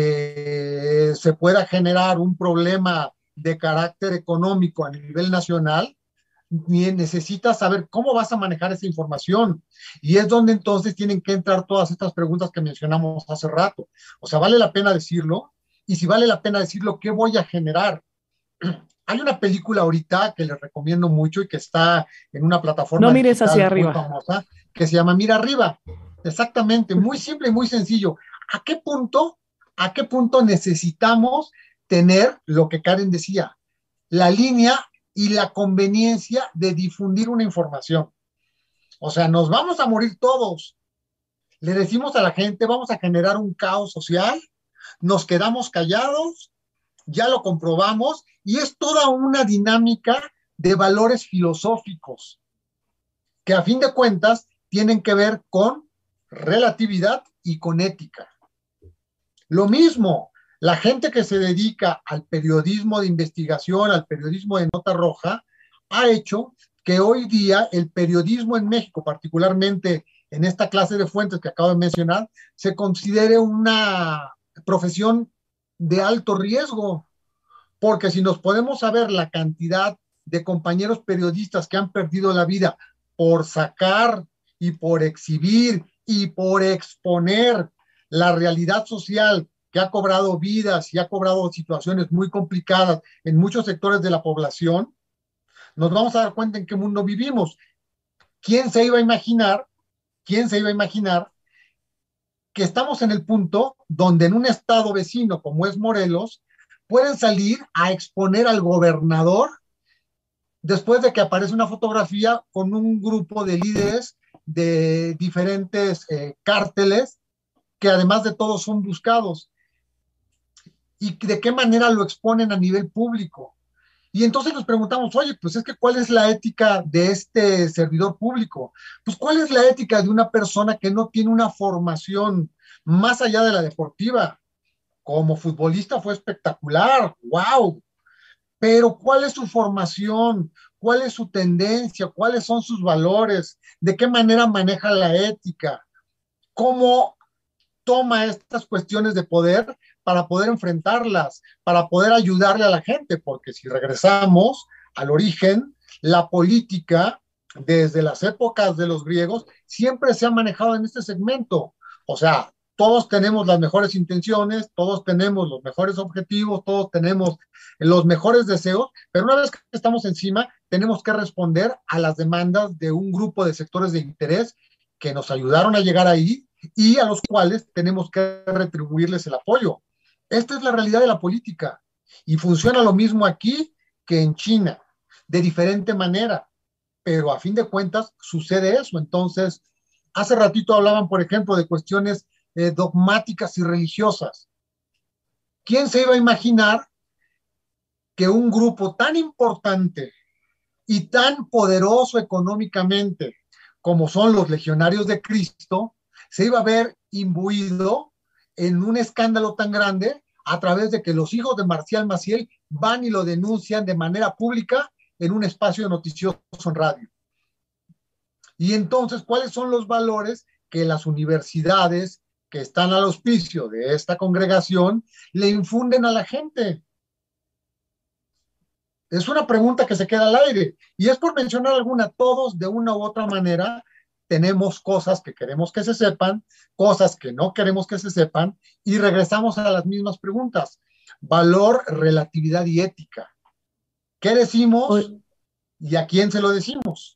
eh, se pueda generar un problema de carácter económico a nivel nacional, necesitas saber cómo vas a manejar esa información. Y es donde entonces tienen que entrar todas estas preguntas que mencionamos hace rato. O sea, ¿vale la pena decirlo? Y si vale la pena decirlo, ¿qué voy a generar? Hay una película ahorita que les recomiendo mucho y que está en una plataforma No mires digital hacia muy arriba. famosa, que se llama Mira Arriba. Exactamente, muy simple y muy sencillo. ¿A qué punto, a qué punto necesitamos tener lo que Karen decía, la línea y la conveniencia de difundir una información? O sea, nos vamos a morir todos. Le decimos a la gente, vamos a generar un caos social, nos quedamos callados, ya lo comprobamos, y es toda una dinámica de valores filosóficos que a fin de cuentas tienen que ver con relatividad y con ética. Lo mismo, la gente que se dedica al periodismo de investigación, al periodismo de nota roja, ha hecho que hoy día el periodismo en México, particularmente en esta clase de fuentes que acabo de mencionar, se considere una profesión de alto riesgo, porque si nos podemos saber la cantidad de compañeros periodistas que han perdido la vida por sacar y por exhibir y por exponer la realidad social que ha cobrado vidas y ha cobrado situaciones muy complicadas en muchos sectores de la población, nos vamos a dar cuenta en qué mundo vivimos. ¿Quién se iba a imaginar, quién se iba a imaginar que estamos en el punto donde en un estado vecino como es Morelos, pueden salir a exponer al gobernador después de que aparece una fotografía con un grupo de líderes de diferentes eh, cárteles que además de todo son buscados? ¿Y de qué manera lo exponen a nivel público? Y entonces nos preguntamos, oye, pues es que ¿cuál es la ética de este servidor público? Pues ¿cuál es la ética de una persona que no tiene una formación más allá de la deportiva? Como futbolista fue espectacular, wow, pero ¿cuál es su formación? ¿Cuál es su tendencia? ¿Cuáles son sus valores? ¿De qué manera maneja la ética? ¿Cómo toma estas cuestiones de poder para poder enfrentarlas, para poder ayudarle a la gente? Porque si regresamos al origen, la política, desde las épocas de los griegos, siempre se ha manejado en este segmento. O sea, todos tenemos las mejores intenciones, todos tenemos los mejores objetivos, todos tenemos los mejores deseos, pero una vez que estamos encima, tenemos que responder a las demandas de un grupo de sectores de interés que nos ayudaron a llegar ahí y a los cuales tenemos que retribuirles el apoyo. Esta es la realidad de la política y funciona lo mismo aquí que en China, de diferente manera, pero a fin de cuentas sucede eso. Entonces, hace ratito hablaban, por ejemplo, de cuestiones eh, dogmáticas y religiosas. ¿Quién se iba a imaginar que un grupo tan importante y tan poderoso económicamente como son los legionarios de Cristo, se iba a ver imbuido en un escándalo tan grande a través de que los hijos de Marcial Maciel van y lo denuncian de manera pública en un espacio noticioso en radio? Y entonces, ¿cuáles son los valores que las universidades que están al auspicio de esta congregación le infunden a la gente? Es una pregunta que se queda al aire. Y es por mencionar alguna, todos de una u otra manera tenemos cosas que queremos que se sepan, cosas que no queremos que se sepan, y regresamos a las mismas preguntas. Valor, relatividad y ética. ¿Qué decimos y a quién se lo decimos?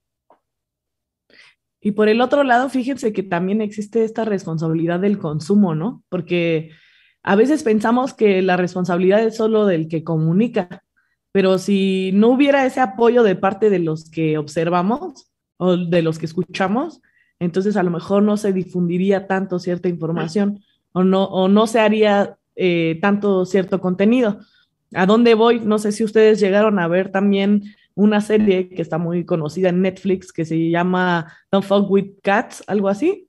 Y por el otro lado, fíjense que también existe esta responsabilidad del consumo, ¿no? Porque a veces pensamos que la responsabilidad es solo del que comunica, pero si no hubiera ese apoyo de parte de los que observamos o de los que escuchamos, entonces a lo mejor no se difundiría tanto cierta información o no, o no se haría eh, tanto cierto contenido. ¿A dónde voy? No sé si ustedes llegaron a ver también una serie que está muy conocida en Netflix que se llama Don't Fuck With Cats, algo así.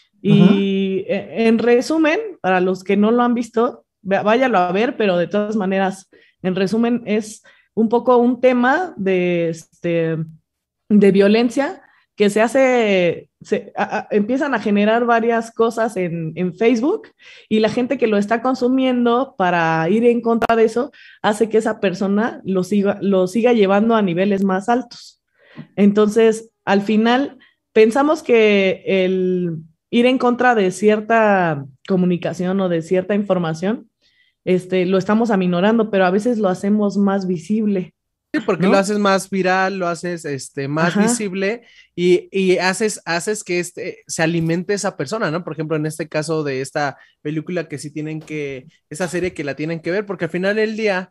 Y uh-huh. en resumen, para los que no lo han visto, váyalo a ver, pero de todas maneras, en resumen, es un poco un tema de, este, de violencia que se hace, se, a, a, empiezan a generar varias cosas en, en Facebook y la gente que lo está consumiendo para ir en contra de eso hace que esa persona lo siga, lo siga llevando a niveles más altos. Entonces, al final, pensamos que el ir en contra de cierta comunicación o de cierta información, este, lo estamos aminorando, pero a veces lo hacemos más visible. Sí, porque ¿no? Lo haces más viral, lo haces este, más Ajá. visible y, y haces, haces que este, se alimente esa persona, ¿no? Por ejemplo, en este caso de esta película que sí tienen que, esa serie que la tienen que ver, porque al final del día,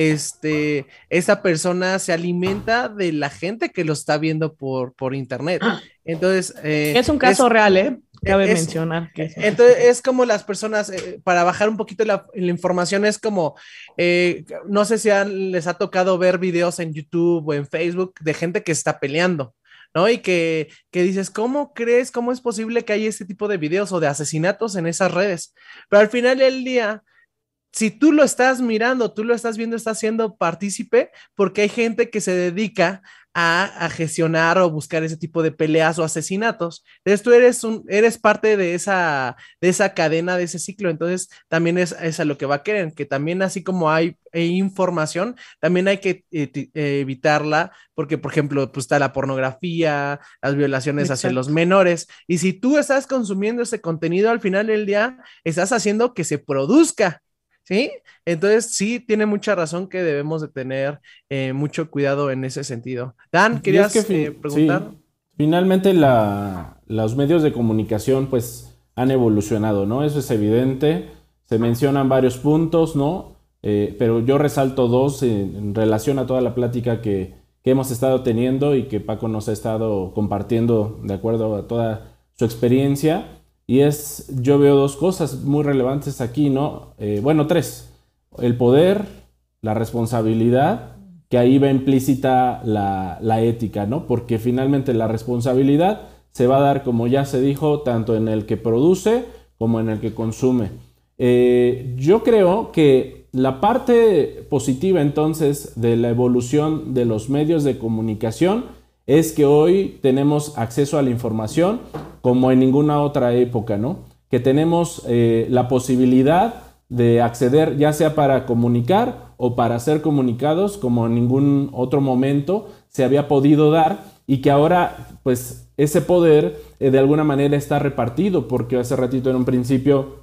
este, esa persona se alimenta de la gente que lo está viendo por, por internet. Entonces, eh, es un caso es, real, ¿eh? Cabe es, mencionar que entonces es como las personas, eh, para bajar un poquito la, la información, es como, eh, no sé si han, les ha tocado ver videos en YouTube o en Facebook de gente que está peleando, ¿no? Y que, que dices, ¿cómo crees, cómo es posible que haya este tipo de videos o de asesinatos en esas redes? Pero al final del día, si tú lo estás mirando, tú lo estás viendo, estás siendo partícipe, porque hay gente que se dedica a, a gestionar o buscar ese tipo de peleas o asesinatos. Entonces tú eres, un, eres parte de esa, de esa cadena, de ese ciclo. Entonces también es, es a lo que va a querer, que también así como hay, hay información, también hay que eh, eh, evitarla, porque por ejemplo, pues está la pornografía, las violaciones Exacto. hacia los menores, y si tú estás consumiendo ese contenido, al final del día estás haciendo que se produzca. ¿Sí? Entonces sí tiene mucha razón que debemos de tener eh, mucho cuidado en ese sentido. Dan, ¿querías es que, eh, preguntar? Sí, finalmente la, los medios de comunicación pues han evolucionado, ¿no? Eso es evidente, se mencionan varios puntos, ¿no? Eh, pero yo resalto dos en, en relación a toda la plática que, que hemos estado teniendo y que Paco nos ha estado compartiendo de acuerdo a toda su experiencia. Y es, yo veo dos cosas muy relevantes aquí, ¿no? Eh, bueno, tres. El poder, la responsabilidad, que ahí va implícita la, la ética, ¿no? Porque finalmente la responsabilidad se va a dar, como ya se dijo, tanto en el que produce como en el que consume. Eh, yo creo que la parte positiva, entonces, de la evolución de los medios de comunicación es que hoy tenemos acceso a la información como en ninguna otra época, ¿no? Que tenemos eh, la posibilidad de acceder ya sea para comunicar o para ser comunicados como en ningún otro momento se había podido dar y que ahora pues ese poder eh, de alguna manera está repartido porque hace ratito en un principio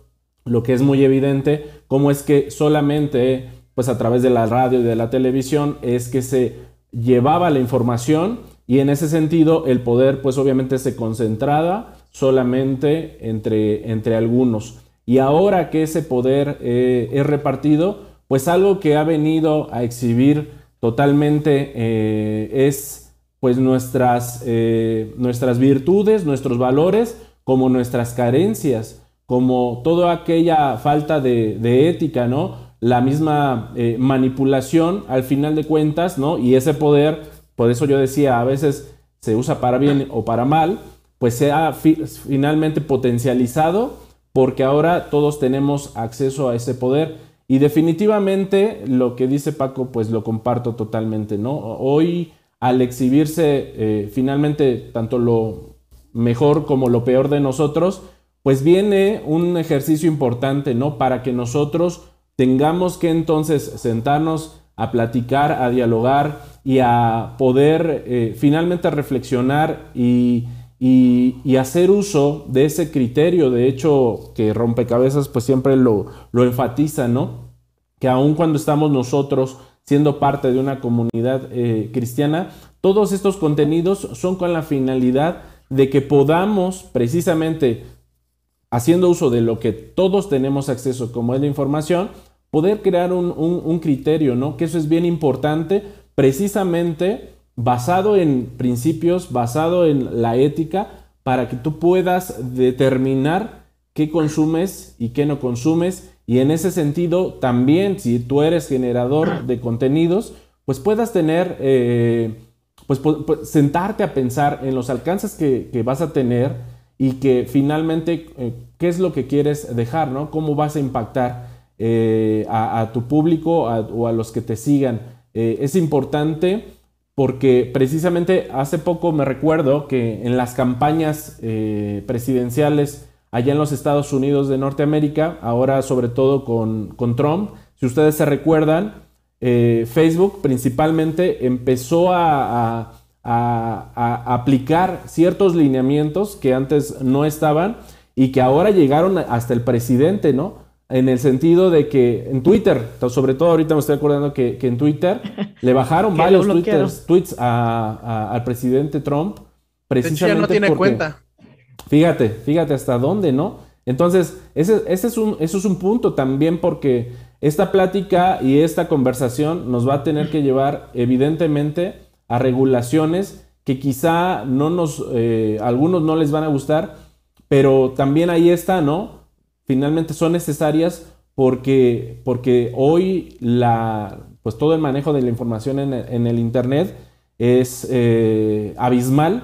lo que es muy evidente, cómo es que solamente pues a través de la radio y de la televisión es que se llevaba la información, y en ese sentido el poder pues obviamente se concentraba solamente entre, entre algunos. Y ahora que ese poder eh, es repartido, pues algo que ha venido a exhibir totalmente eh, es pues nuestras, eh, nuestras virtudes, nuestros valores, como nuestras carencias, como toda aquella falta de, de ética, ¿no? La misma eh, manipulación al final de cuentas, ¿no? Y ese poder, por eso yo decía, a veces se usa para bien o para mal, pues se ha fi finalmente potencializado, porque ahora todos tenemos acceso a ese poder. Y definitivamente lo que dice Paco, pues lo comparto totalmente, ¿no? Hoy, al exhibirse eh, finalmente tanto lo mejor como lo peor de nosotros, pues viene un ejercicio importante, ¿no? Para que nosotros tengamos que entonces sentarnos a platicar, a dialogar y a poder eh, finalmente reflexionar y, y, y hacer uso de ese criterio. De hecho, que Rompecabezas pues siempre lo, lo enfatiza, ¿no? Que aun cuando estamos nosotros siendo parte de una comunidad eh, cristiana, todos estos contenidos son con la finalidad de que podamos precisamente, haciendo uso de lo que todos tenemos acceso, como es la información, poder crear un, un, un criterio, ¿no? Que eso es bien importante, precisamente basado en principios, basado en la ética, para que tú puedas determinar qué consumes y qué no consumes. Y en ese sentido, también, si tú eres generador de contenidos, pues puedas tener, eh, pues, pues sentarte a pensar en los alcances que, que vas a tener, y que finalmente, eh, qué es lo que quieres dejar, ¿no? Cómo vas a impactar eh, a, a tu público a, o a los que te sigan. Eh, es importante porque precisamente hace poco me recuerdo que en las campañas eh, presidenciales allá en los Estados Unidos de Norteamérica, ahora sobre todo con, con Trump, si ustedes se recuerdan, eh, Facebook principalmente empezó a, a, a, a aplicar ciertos lineamientos que antes no estaban y que ahora llegaron hasta el presidente, ¿no? En el sentido de que en Twitter, sobre todo ahorita me estoy acordando que, que en Twitter le bajaron varios twitters, tweets a, a, al presidente Trump, precisamente de hecho, ya no tiene porque, cuenta. Fíjate, fíjate hasta dónde, ¿no? Entonces, ese, ese es un, eso es un punto también, porque esta plática y esta conversación nos va a tener que llevar, evidentemente, a regulaciones que quizá no nos, eh, a algunos no les van a gustar, pero también ahí está, ¿no? Finalmente son necesarias porque, porque hoy la, pues todo el manejo de la información en el, en el Internet es eh, abismal.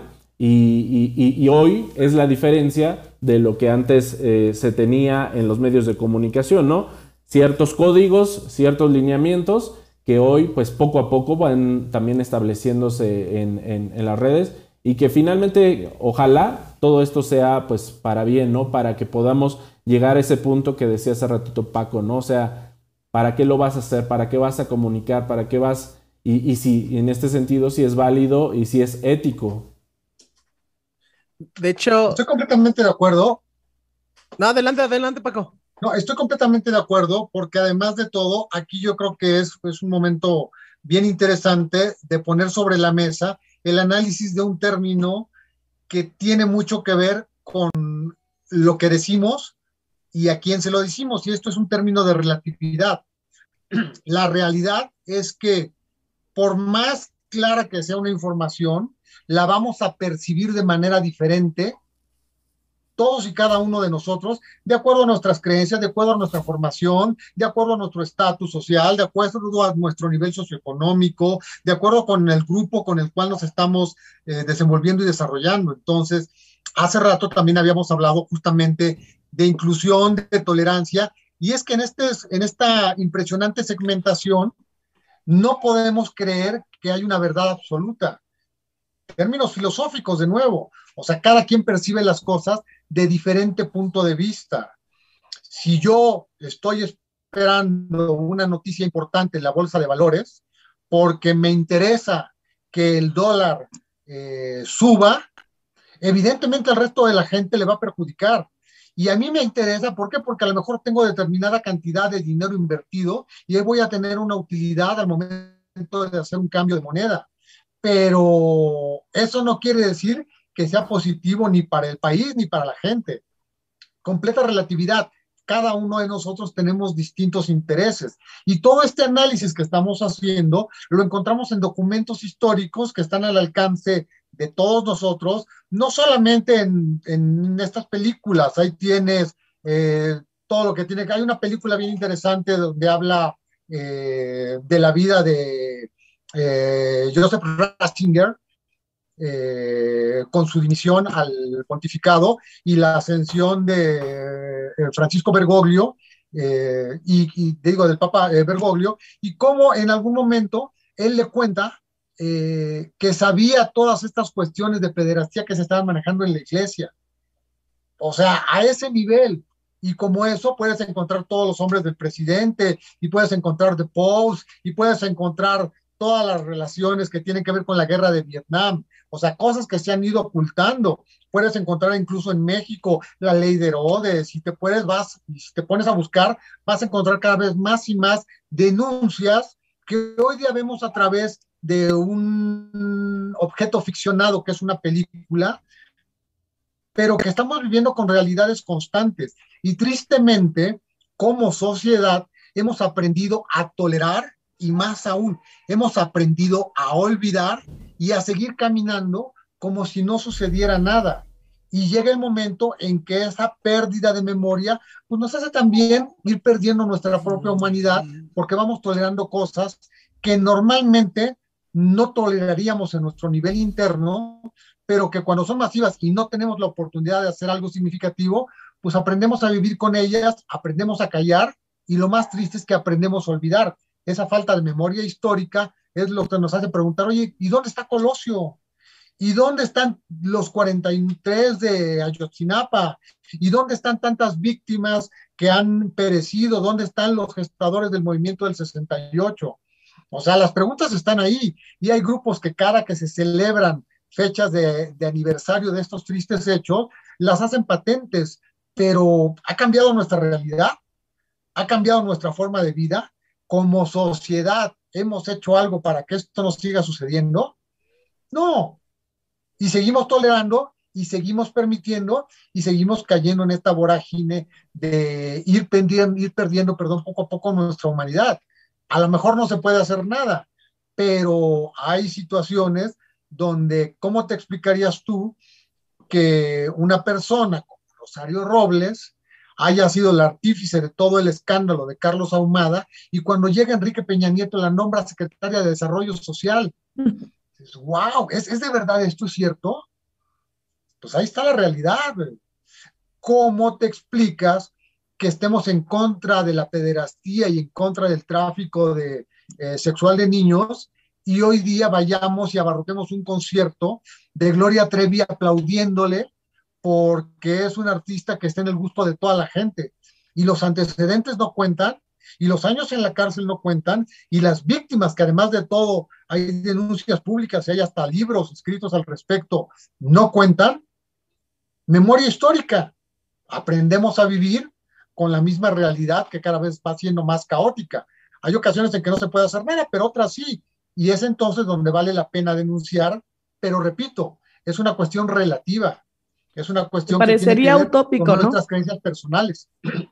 Y, y, y hoy es la diferencia de lo que antes eh, se tenía en los medios de comunicación, ¿no? Ciertos códigos, ciertos lineamientos que hoy, pues poco a poco van también estableciéndose en, en, en las redes, y que finalmente, ojalá todo esto sea pues para bien, ¿no? Para que podamos llegar a ese punto que decía hace ratito Paco, ¿no? O sea, ¿para qué lo vas a hacer? ¿Para qué vas a comunicar? ¿Para qué vas? Y, y si en este sentido, si es válido y si es ético. De hecho... Estoy completamente de acuerdo. No, adelante, adelante, Paco. No, estoy completamente de acuerdo, porque además de todo, aquí yo creo que es, es un momento bien interesante de poner sobre la mesa el análisis de un término que tiene mucho que ver con lo que decimos y a quién se lo decimos, y esto es un término de relatividad. La realidad es que por más clara que sea una información, la vamos a percibir de manera diferente, todos y cada uno de nosotros, de acuerdo a nuestras creencias, de acuerdo a nuestra formación, de acuerdo a nuestro estatus social, de acuerdo a nuestro nivel socioeconómico, de acuerdo con el grupo con el cual nos estamos eh, desenvolviendo y desarrollando. Entonces, hace rato también habíamos hablado justamente de inclusión, de tolerancia, y es que en, este, en esta impresionante segmentación no podemos creer que hay una verdad absoluta. Términos filosóficos, de nuevo, o sea, cada quien percibe las cosas de diferente punto de vista. Si yo estoy esperando una noticia importante en la bolsa de valores porque me interesa que el dólar eh, suba, evidentemente al resto de la gente le va a perjudicar. Y a mí me interesa, ¿por qué? Porque a lo mejor tengo determinada cantidad de dinero invertido y ahí voy a tener una utilidad al momento de hacer un cambio de moneda. Pero eso no quiere decir que sea positivo ni para el país ni para la gente. Completa relatividad. Cada uno de nosotros tenemos distintos intereses y todo este análisis que estamos haciendo lo encontramos en documentos históricos que están al alcance de todos nosotros, no solamente en, en estas películas. Ahí tienes eh, todo lo que tiene. Hay una película bien interesante donde habla eh, de la vida de eh, Joseph Ratzinger, Eh, con su dimisión al pontificado y la ascensión de eh, Francisco Bergoglio, eh, y, y digo del Papa eh, Bergoglio, y cómo en algún momento él le cuenta eh, que sabía todas estas cuestiones de pederastía que se estaban manejando en la iglesia. O sea, a ese nivel. Y como eso puedes encontrar todos los hombres del presidente, y puedes encontrar The Post, y puedes encontrar todas las relaciones que tienen que ver con la guerra de Vietnam. O sea, cosas que se han ido ocultando. Puedes encontrar incluso en México la ley de Herodes. Si te puedes, vas, si te pones a buscar, vas a encontrar cada vez más y más denuncias que hoy día vemos a través de un objeto ficcionado que es una película, pero que estamos viviendo con realidades constantes. Y tristemente, como sociedad, hemos aprendido a tolerar y más aún, hemos aprendido a olvidar y a seguir caminando como si no sucediera nada. Y llega el momento en que esa pérdida de memoria pues nos hace también ir perdiendo nuestra propia humanidad, porque vamos tolerando cosas que normalmente no toleraríamos en nuestro nivel interno, pero que cuando son masivas y no tenemos la oportunidad de hacer algo significativo, pues aprendemos a vivir con ellas, aprendemos a callar, y lo más triste es que aprendemos a olvidar. Esa falta de memoria histórica es lo que nos hace preguntar, oye, ¿y dónde está Colosio? ¿Y dónde están los cuarenta y tres de Ayotzinapa? ¿Y dónde están tantas víctimas que han perecido? ¿Dónde están los gestadores del movimiento del sesenta y ocho? O sea, las preguntas están ahí, y hay grupos que cada que se celebran fechas de, de aniversario de estos tristes hechos, las hacen patentes, pero ¿ha cambiado nuestra realidad? ¿Ha cambiado nuestra forma de vida? ¿Como sociedad hemos hecho algo para que esto nos siga sucediendo? No. Y seguimos tolerando, y seguimos permitiendo, y seguimos cayendo en esta vorágine de ir perdiendo, ir perdiendo, perdón, poco a poco nuestra humanidad. A lo mejor no se puede hacer nada, pero hay situaciones donde, ¿cómo te explicarías tú que una persona como Rosario Robles haya sido el artífice de todo el escándalo de Carlos Ahumada, y cuando llega Enrique Peña Nieto la nombra secretaria de Desarrollo Social? ¡Wow! ¿Es, ¿Es de verdad esto cierto? Pues ahí está la realidad. ¿Cómo te explicas que estemos en contra de la pederastía y en contra del tráfico de, eh, sexual de niños, y hoy día vayamos y abarrotemos un concierto de Gloria Trevi aplaudiéndole porque es un artista que está en el gusto de toda la gente? Y los antecedentes no cuentan, y los años en la cárcel no cuentan, y las víctimas, que además de todo hay denuncias públicas y hay hasta libros escritos al respecto, no cuentan. Memoria histórica. Aprendemos a vivir con la misma realidad que cada vez va siendo más caótica. Hay ocasiones en que no se puede hacer nada, pero otras sí, y es entonces donde vale la pena denunciar, pero repito, es una cuestión relativa, es una cuestión que parecería que tiene que ver utópico, con ¿no? nuestras creencias personales.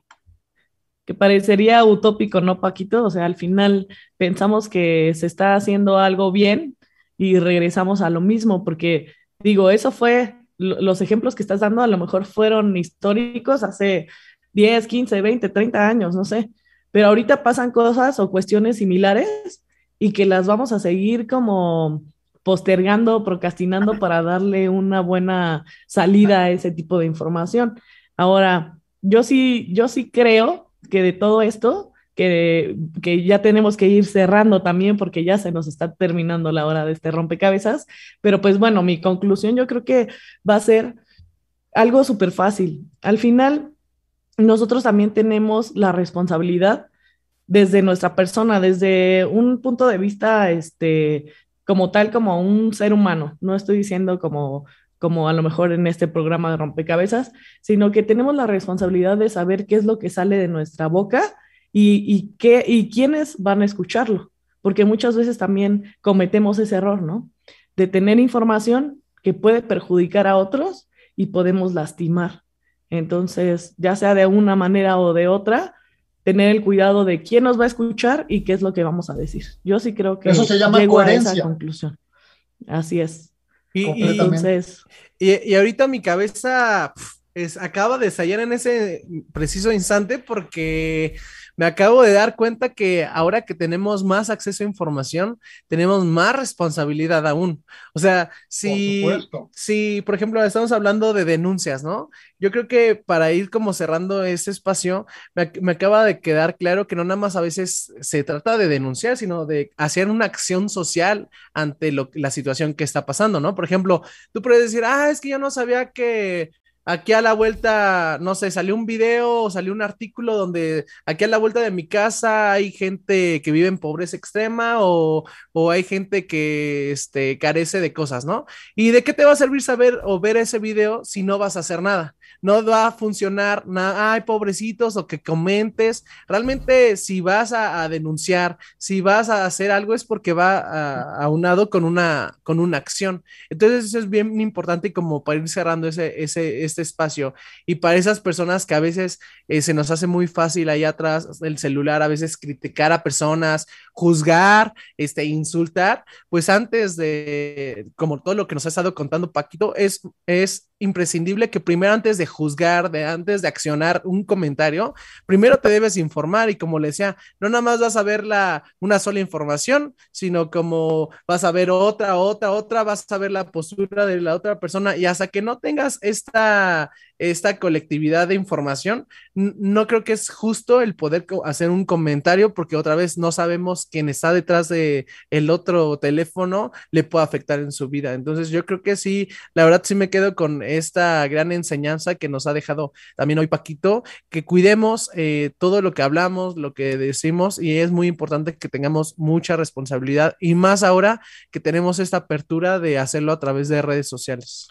Que parecería utópico, ¿no, Paquito? O sea, al final pensamos que se está haciendo algo bien y regresamos a lo mismo, porque digo, eso fue, los ejemplos que estás dando a lo mejor fueron históricos hace diez, quince, veinte, treinta años, no sé, pero ahorita pasan cosas o cuestiones similares y que las vamos a seguir como postergando, procrastinando para darle una buena salida a ese tipo de información. Ahora, yo sí, yo sí creo que de todo esto, que, que ya tenemos que ir cerrando también porque ya se nos está terminando la hora de este rompecabezas, pero pues bueno, mi conclusión yo creo que va a ser algo súper fácil. Al final, nosotros también tenemos la responsabilidad desde nuestra persona, desde un punto de vista, este, como tal, como un ser humano. No estoy diciendo como como a lo mejor en este programa de rompecabezas, sino que tenemos la responsabilidad de saber qué es lo que sale de nuestra boca y, y, qué, y quiénes van a escucharlo, porque muchas veces también cometemos ese error, ¿no? De tener información que puede perjudicar a otros y podemos lastimar. Entonces, ya sea de una manera o de otra, tener el cuidado de quién nos va a escuchar y qué es lo que vamos a decir. Yo sí creo que eso se llama llego coherencia. a esa conclusión. Así es. Y, y, Entonces, y, y ahorita mi cabeza pf, es, acaba de estallar en ese preciso instante porque me acabo de dar cuenta que ahora que tenemos más acceso a información, tenemos más responsabilidad aún. O sea, si, Por supuesto. si, por ejemplo, estamos hablando de denuncias, ¿no? Yo creo que para ir como cerrando ese espacio, me, me acaba de quedar claro que no nada más a veces se trata de denunciar, sino de hacer una acción social ante lo, la situación que está pasando, ¿no? Por ejemplo, tú puedes decir, ah, es que yo no sabía que aquí a la vuelta, no sé, salió un video o salió un artículo donde aquí a la vuelta de mi casa hay gente que vive en pobreza extrema o, o hay gente que este, carece de cosas, ¿no? ¿Y de qué te va a servir saber o ver ese video si no vas a hacer nada? No va a funcionar nada, ay, pobrecitos, o que comentes. Realmente, si vas a, a denunciar, si vas a hacer algo, es porque va a, aunado con una, con una acción. Entonces, eso es bien importante como para ir cerrando ese, ese, este espacio. Y para esas personas que a veces eh, se nos hace muy fácil ahí atrás del celular, a veces criticar a personas, juzgar, este, insultar, pues antes de, como todo lo que nos ha estado contando Paquito, es, es imprescindible que primero antes de juzgar, de antes de accionar un comentario, primero te debes informar y como le decía, no nada más vas a ver la, una sola información, sino como vas a ver otra, otra, otra, vas a ver la postura de la otra persona y hasta que no tengas esta, esta colectividad de información, no creo que es justo el poder hacer un comentario porque otra vez no sabemos quién está detrás de el otro teléfono le puede afectar en su vida. Entonces yo creo que sí, la verdad sí me quedo con esta gran enseñanza que nos ha dejado también hoy Paquito, que cuidemos eh, todo lo que hablamos, lo que decimos y es muy importante que tengamos mucha responsabilidad y más ahora que tenemos esta apertura de hacerlo a través de redes sociales.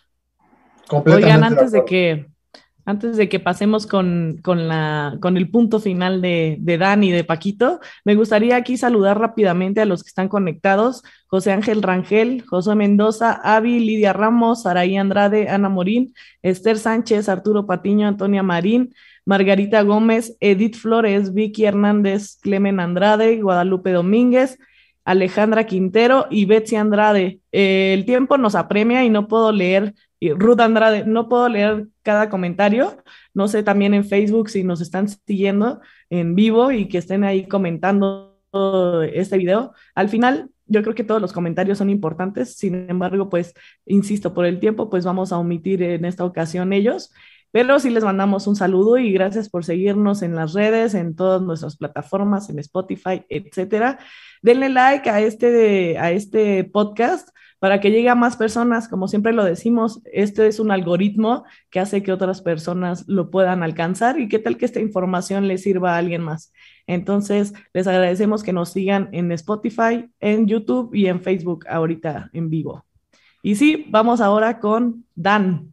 Oigan, antes de que Antes de que pasemos con, con, la, con el punto final de, de Dan y de Paquito, me gustaría aquí saludar rápidamente a los que están conectados. José Ángel Rangel, José Mendoza, Avi, Lidia Ramos, Saraí Andrade, Ana Morín, Esther Sánchez, Arturo Patiño, Antonia Marín, Margarita Gómez, Edith Flores, Vicky Hernández, Clemen Andrade, Guadalupe Domínguez, Alejandra Quintero y Betsy Andrade. Eh, el tiempo nos apremia y no puedo leer, y Ruth Andrade, no puedo leer cada comentario. No sé también en Facebook si nos están siguiendo en vivo y que estén ahí comentando este video. Al final, yo creo que todos los comentarios son importantes. Sin embargo, pues, insisto, por el tiempo, pues vamos a omitir en esta ocasión ellos. Pero sí les mandamos un saludo y gracias por seguirnos en las redes, en todas nuestras plataformas, en Spotify, etcétera. Denle like a este, a este podcast para que llegue a más personas. Como siempre lo decimos, este es un algoritmo que hace que otras personas lo puedan alcanzar y qué tal que esta información le sirva a alguien más. Entonces, les agradecemos que nos sigan en Spotify, en YouTube y en Facebook ahorita en vivo. Y sí, vamos ahora con Dan.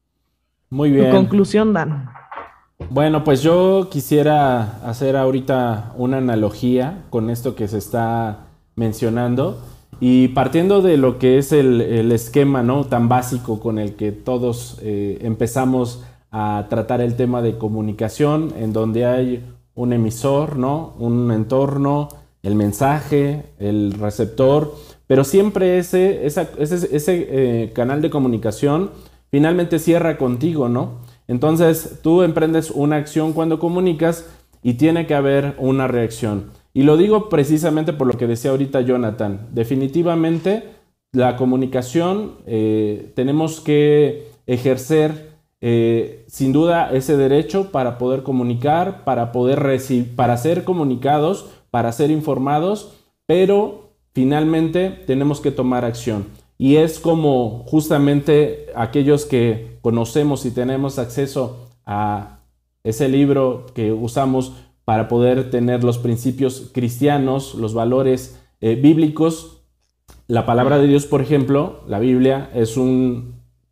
Muy bien. Tu conclusión, Dan. Bueno, pues yo quisiera hacer ahorita una analogía con esto que se está mencionando y partiendo de lo que es el, el esquema, ¿no?, tan básico con el que todos eh, empezamos a tratar el tema de comunicación, en donde hay un emisor, ¿no?, un entorno, el mensaje, el receptor, pero siempre ese, esa, ese, ese eh, canal de comunicación finalmente cierra contigo, ¿no? Entonces tú emprendes una acción cuando comunicas y tiene que haber una reacción. Y lo digo precisamente por lo que decía ahorita Jonathan. Definitivamente la comunicación eh, tenemos que ejercer eh, sin duda ese derecho para poder comunicar, para poder recibir, para ser comunicados, para ser informados, pero finalmente tenemos que tomar acción. Y es como justamente aquellos que conocemos y tenemos acceso a ese libro que usamos para poder tener los principios cristianos, los valores eh, bíblicos. La palabra de Dios, por ejemplo, la Biblia, es un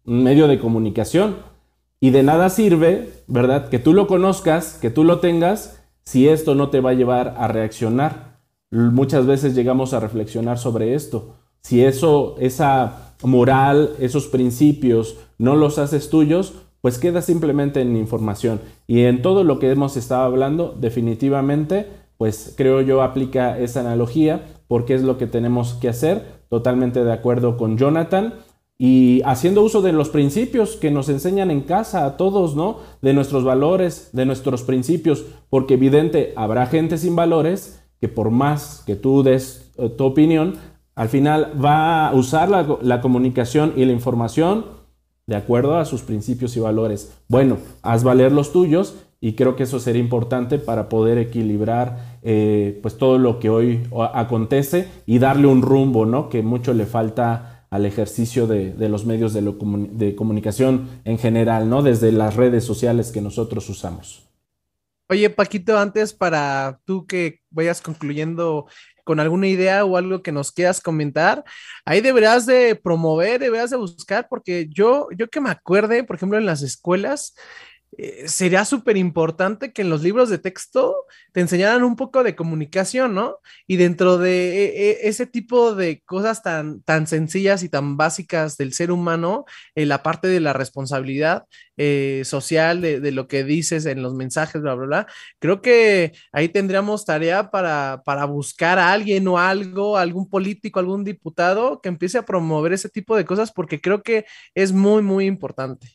un medio de comunicación. Y de nada sirve, ¿verdad?, que tú lo conozcas, que tú lo tengas, si esto no te va a llevar a reaccionar. Muchas veces llegamos a reflexionar sobre esto. Si eso, esa moral, esos principios no los haces tuyos, pues queda simplemente en información. Y en todo lo que hemos estado hablando, definitivamente, pues creo yo aplica esa analogía, porque es lo que tenemos que hacer. Totalmente de acuerdo con Jonathan. Y haciendo uso de los principios que nos enseñan en casa a todos, ¿no? De nuestros valores, de nuestros principios, porque evidente habrá gente sin valores que por más que tú des uh, tu opinión, al final va a usar la, la comunicación y la información de acuerdo a sus principios y valores. Bueno, haz valer los tuyos y creo que eso sería importante para poder equilibrar eh, pues todo lo que hoy acontece y darle un rumbo, ¿no? Que mucho le falta al ejercicio de, de los medios de, lo comun de comunicación en general, ¿no? Desde las redes sociales que nosotros usamos. Oye, Paquito, antes para tú que vayas concluyendo con alguna idea o algo que nos quieras comentar, ahí deberás de promover, deberás de buscar, porque yo, yo que me acuerde, por ejemplo, en las escuelas, Eh, sería súper importante que en los libros de texto te enseñaran un poco de comunicación, ¿no? Y dentro de eh, ese tipo de cosas tan, tan sencillas y tan básicas del ser humano, eh, la parte de la responsabilidad eh, social, de, de lo que dices en los mensajes, bla, bla, bla, creo que ahí tendríamos tarea para, para buscar a alguien o algo, algún político, algún diputado que empiece a promover ese tipo de cosas, porque creo que es muy, muy importante.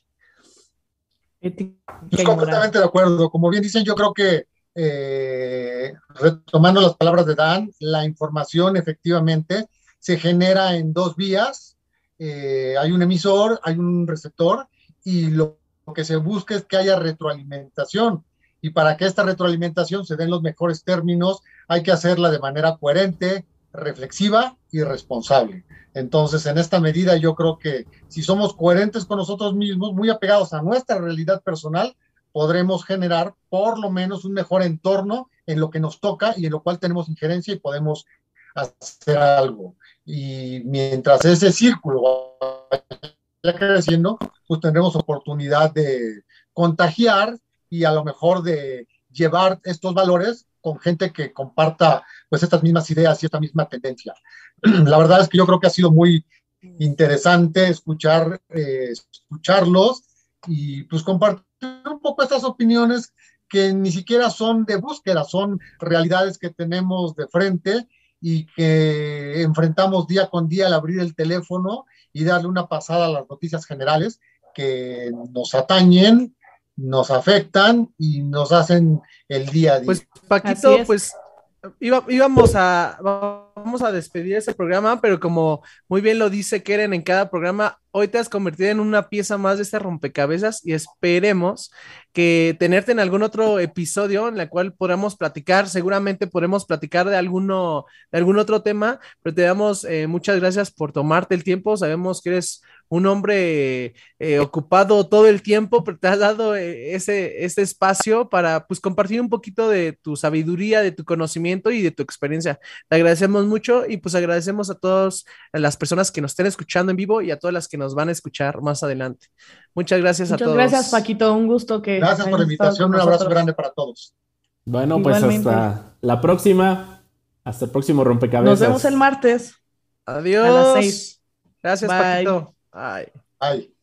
Pues completamente de acuerdo. Como bien dicen, yo creo que eh, retomando las palabras de Dan, la información efectivamente se genera en dos vías. Eh, hay un emisor, hay un receptor, y lo, lo que se busca es que haya retroalimentación. Y para que esta retroalimentación se dé en los mejores términos, hay que hacerla de manera coherente, reflexiva y responsable. Entonces, en esta medida, yo creo que si somos coherentes con nosotros mismos, muy apegados a nuestra realidad personal, podremos generar por lo menos un mejor entorno en lo que nos toca y en lo cual tenemos injerencia y podemos hacer algo. Y mientras ese círculo vaya creciendo, pues tendremos oportunidad de contagiar y a lo mejor de llevar estos valores con gente que comparta pues estas mismas ideas y esta misma tendencia. La verdad es que yo creo que ha sido muy interesante escuchar, eh, escucharlos y pues compartir un poco estas opiniones que ni siquiera son de búsqueda, son realidades que tenemos de frente y que enfrentamos día con día al abrir el teléfono y darle una pasada a las noticias generales que nos atañen, nos afectan y nos hacen el día a día. Pues Paquito, pues iba, íbamos a vamos a despedir este programa, pero como muy bien lo dice Keren en cada programa, hoy te has convertido en una pieza más de este rompecabezas y esperemos que tenerte en algún otro episodio en la cual podamos platicar, seguramente podremos platicar de alguno, de algún otro tema, pero te damos eh, muchas gracias por tomarte el tiempo, sabemos que eres un hombre eh, ocupado todo el tiempo, pero te has dado eh, ese, ese espacio para pues compartir un poquito de tu sabiduría, de tu conocimiento y de tu experiencia. Te agradecemos mucho y pues agradecemos a todas las personas que nos estén escuchando en vivo y a todas las que nos van a escuchar más adelante. Muchas gracias Muchas a todos. Muchas gracias, Paquito, un gusto que gracias por la invitación, un abrazo grande para todos. Bueno, pues igualmente, hasta la próxima, hasta el próximo rompecabezas. Nos vemos el martes. Adiós. A las seis. Gracias, Bye. Paquito. Bye. Bye.